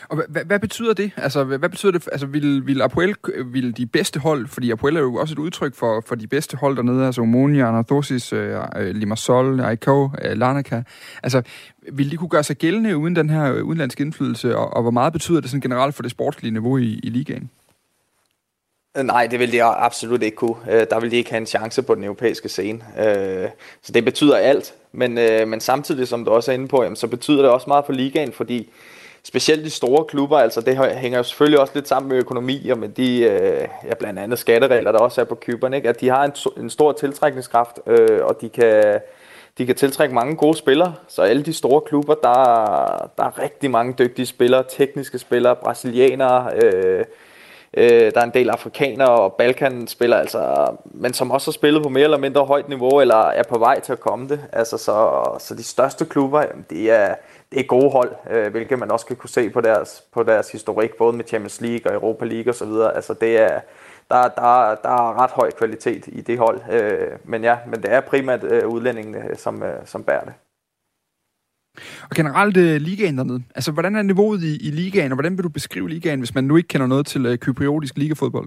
E: Og hvad, hvad betyder det? Altså, hvad, hvad betyder det? Altså, vil, vil Apoel, vil de bedste hold, fordi Apoel er jo også et udtryk for, for de bedste hold dernede, altså Omonia, Anorthosis, øh, Limassol, A I K, øh, Larnaca. Altså, vil de kunne gøre sig gældende uden den her udenlandske indflydelse, og, og hvor meget betyder det sådan generelt for det sportslige niveau i, i ligaen?
G: Nej, det vil de absolut ikke kunne. Der vil de ikke have en chance på den europæiske scene. Så det betyder alt. Men, men samtidig, som du også er inde på, så betyder det også meget for ligaen, fordi specielt de store klubber, altså det hænger jo selvfølgelig også lidt sammen med økonomi og med de ja, blandt andet skatteregler, der også er på Cypern, ikke? At de har en, en stor tiltrækningskraft, og de kan, de kan tiltrække mange gode spillere. Så alle de store klubber, der, der er rigtig mange dygtige spillere, tekniske spillere, brasilianere, øh, der er en del afrikanere og Balkan-spillere, altså, men som også har spillet på mere eller mindre højt niveau, eller er på vej til at komme det. Altså, så, så de største klubber, jamen, det, er, det er gode hold, øh, hvilket man også kan kunne se på deres, på deres historik, både med Champions League og Europa League osv. Altså, det er, der, der, der er ret høj kvalitet i det hold. Øh, men ja, men det er primært øh, udlændingene, som, øh, som bærer det.
E: Og generelt uh, ligaen dernede. Altså, hvordan er niveauet i, i ligaen, og hvordan vil du beskrive ligaen, hvis man nu ikke kender noget til uh, kypriotisk ligafodbold?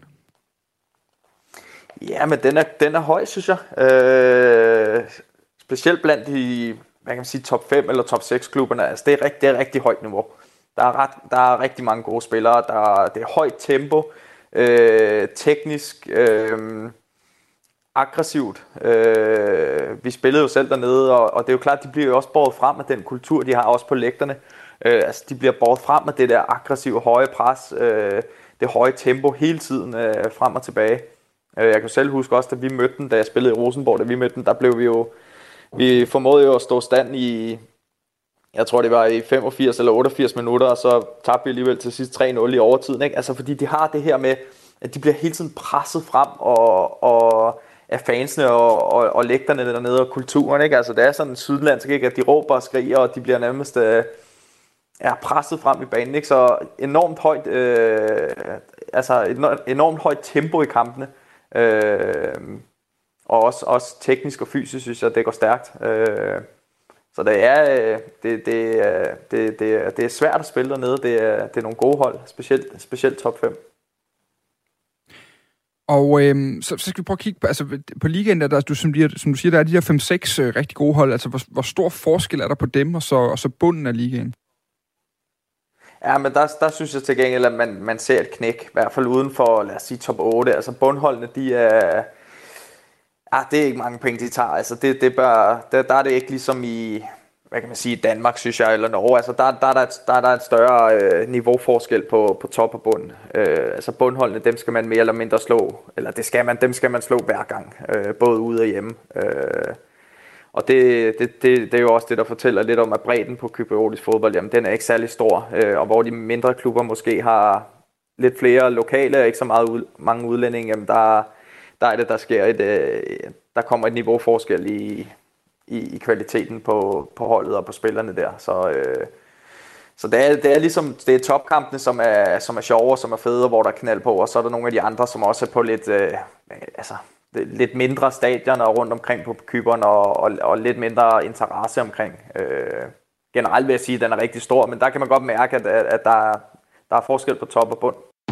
G: Ja, men den er, den er høj, synes jeg. Øh, specielt blandt de, hvad kan man sige, top fem eller top seks klubberne. Altså, det er, rigt, det er rigtig højt niveau. Der er, ret, der er rigtig mange gode spillere. Der er, det er højt tempo, øh, teknisk, øh, aggressivt. Øh, vi spillede jo selv dernede, og, og det er jo klart, de bliver jo også båret frem af den kultur, de har også på lægterne. Øh, altså, de bliver båret frem af det der aggressive, høje pres, øh, det høje tempo hele tiden øh, frem og tilbage. Øh, jeg kan selv huske også, da vi mødte dem, da jeg spillede i Rosenborg, da vi mødte dem, der blev vi jo, vi formåede jo at stå stand i, jeg tror det var i femogfirs eller otteogfirs minutter, og så tabte vi alligevel til sidst tre nul i overtiden, ikke? Altså, fordi de har det her med, at de bliver hele tiden presset frem, og, og af fansene og, og, og lægterne dernede og kulturen, ikke? Altså, det er sådan sydlandsk, ikke? At de råber og skriger, og de bliver nærmest øh, er presset frem i banen, ikke? Så enormt højt, øh, altså et enormt højt tempo i kampene, øh, og også, også teknisk og fysisk, synes jeg, det går stærkt. Øh, så det er, det, det, det, det, det er svært at spille dernede, det er, det er nogle gode hold, specielt, specielt top fem.
E: Og øhm, så, så skal vi prøve at kigge på, altså på ligaen, der, der du, som, de, som du siger, der er de der fem seks øh, rigtig gode hold. Altså, hvor, hvor stor forskel er der på dem, og så, og så bunden af ligaen?
G: Ja, men der, der synes jeg til gengæld, at man, man ser et knæk, i hvert fald uden for, lad os sige, top otte. Altså bundholdene, de er, ja, det er ikke mange penge, de tager. Altså, det, det bør, der, der er det ikke ligesom i, hvad kan man sige, Danmark, synes jeg, eller Norge. Altså, der, der, der, der er der et større øh, niveauforskel på, på top og bund. Øh, altså, bundholdene, dem skal man mere eller mindre slå, eller det skal man, dem skal man slå hver gang, øh, både ude og hjemme. Øh, og det, det, det, det er jo også det, der fortæller lidt om, at bredden på kypriotisk fodbold, jamen, den er ikke særlig stor. Øh, og hvor de mindre klubber måske har lidt flere lokale, ikke så meget ud, mange udlændinge, jamen, der, der er det, der sker et, øh, der kommer et niveauforskel i I, i kvaliteten på, på holdet og på spillerne der. Så, øh, så det, er, det er ligesom det er topkampene, som er, som er sjove, som er fede, hvor der er knald på, og så er der nogle af de andre, som også er på lidt, øh, altså, lidt mindre stadioner rundt omkring på Cypern, og, og, og lidt mindre interesse omkring. Øh, generelt vil jeg sige, at den er rigtig stor, men der kan man godt mærke, at, at der, er, der er forskel på top og bund.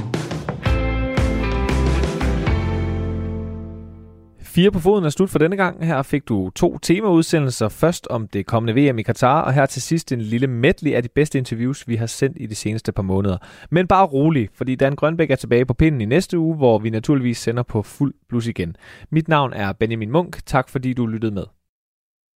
A: Fire på foden er slut for denne gang. Her fik du to temaudsendelser. Først om det kommende V M i Katar, og her til sidst en lille medley af de bedste interviews, vi har sendt i de seneste par måneder. Men bare rolig, fordi Dan Grønbæk er tilbage på pinden i næste uge, hvor vi naturligvis sender på fuld blus igen. Mit navn er Benjamin Munk. Tak fordi du lyttede med.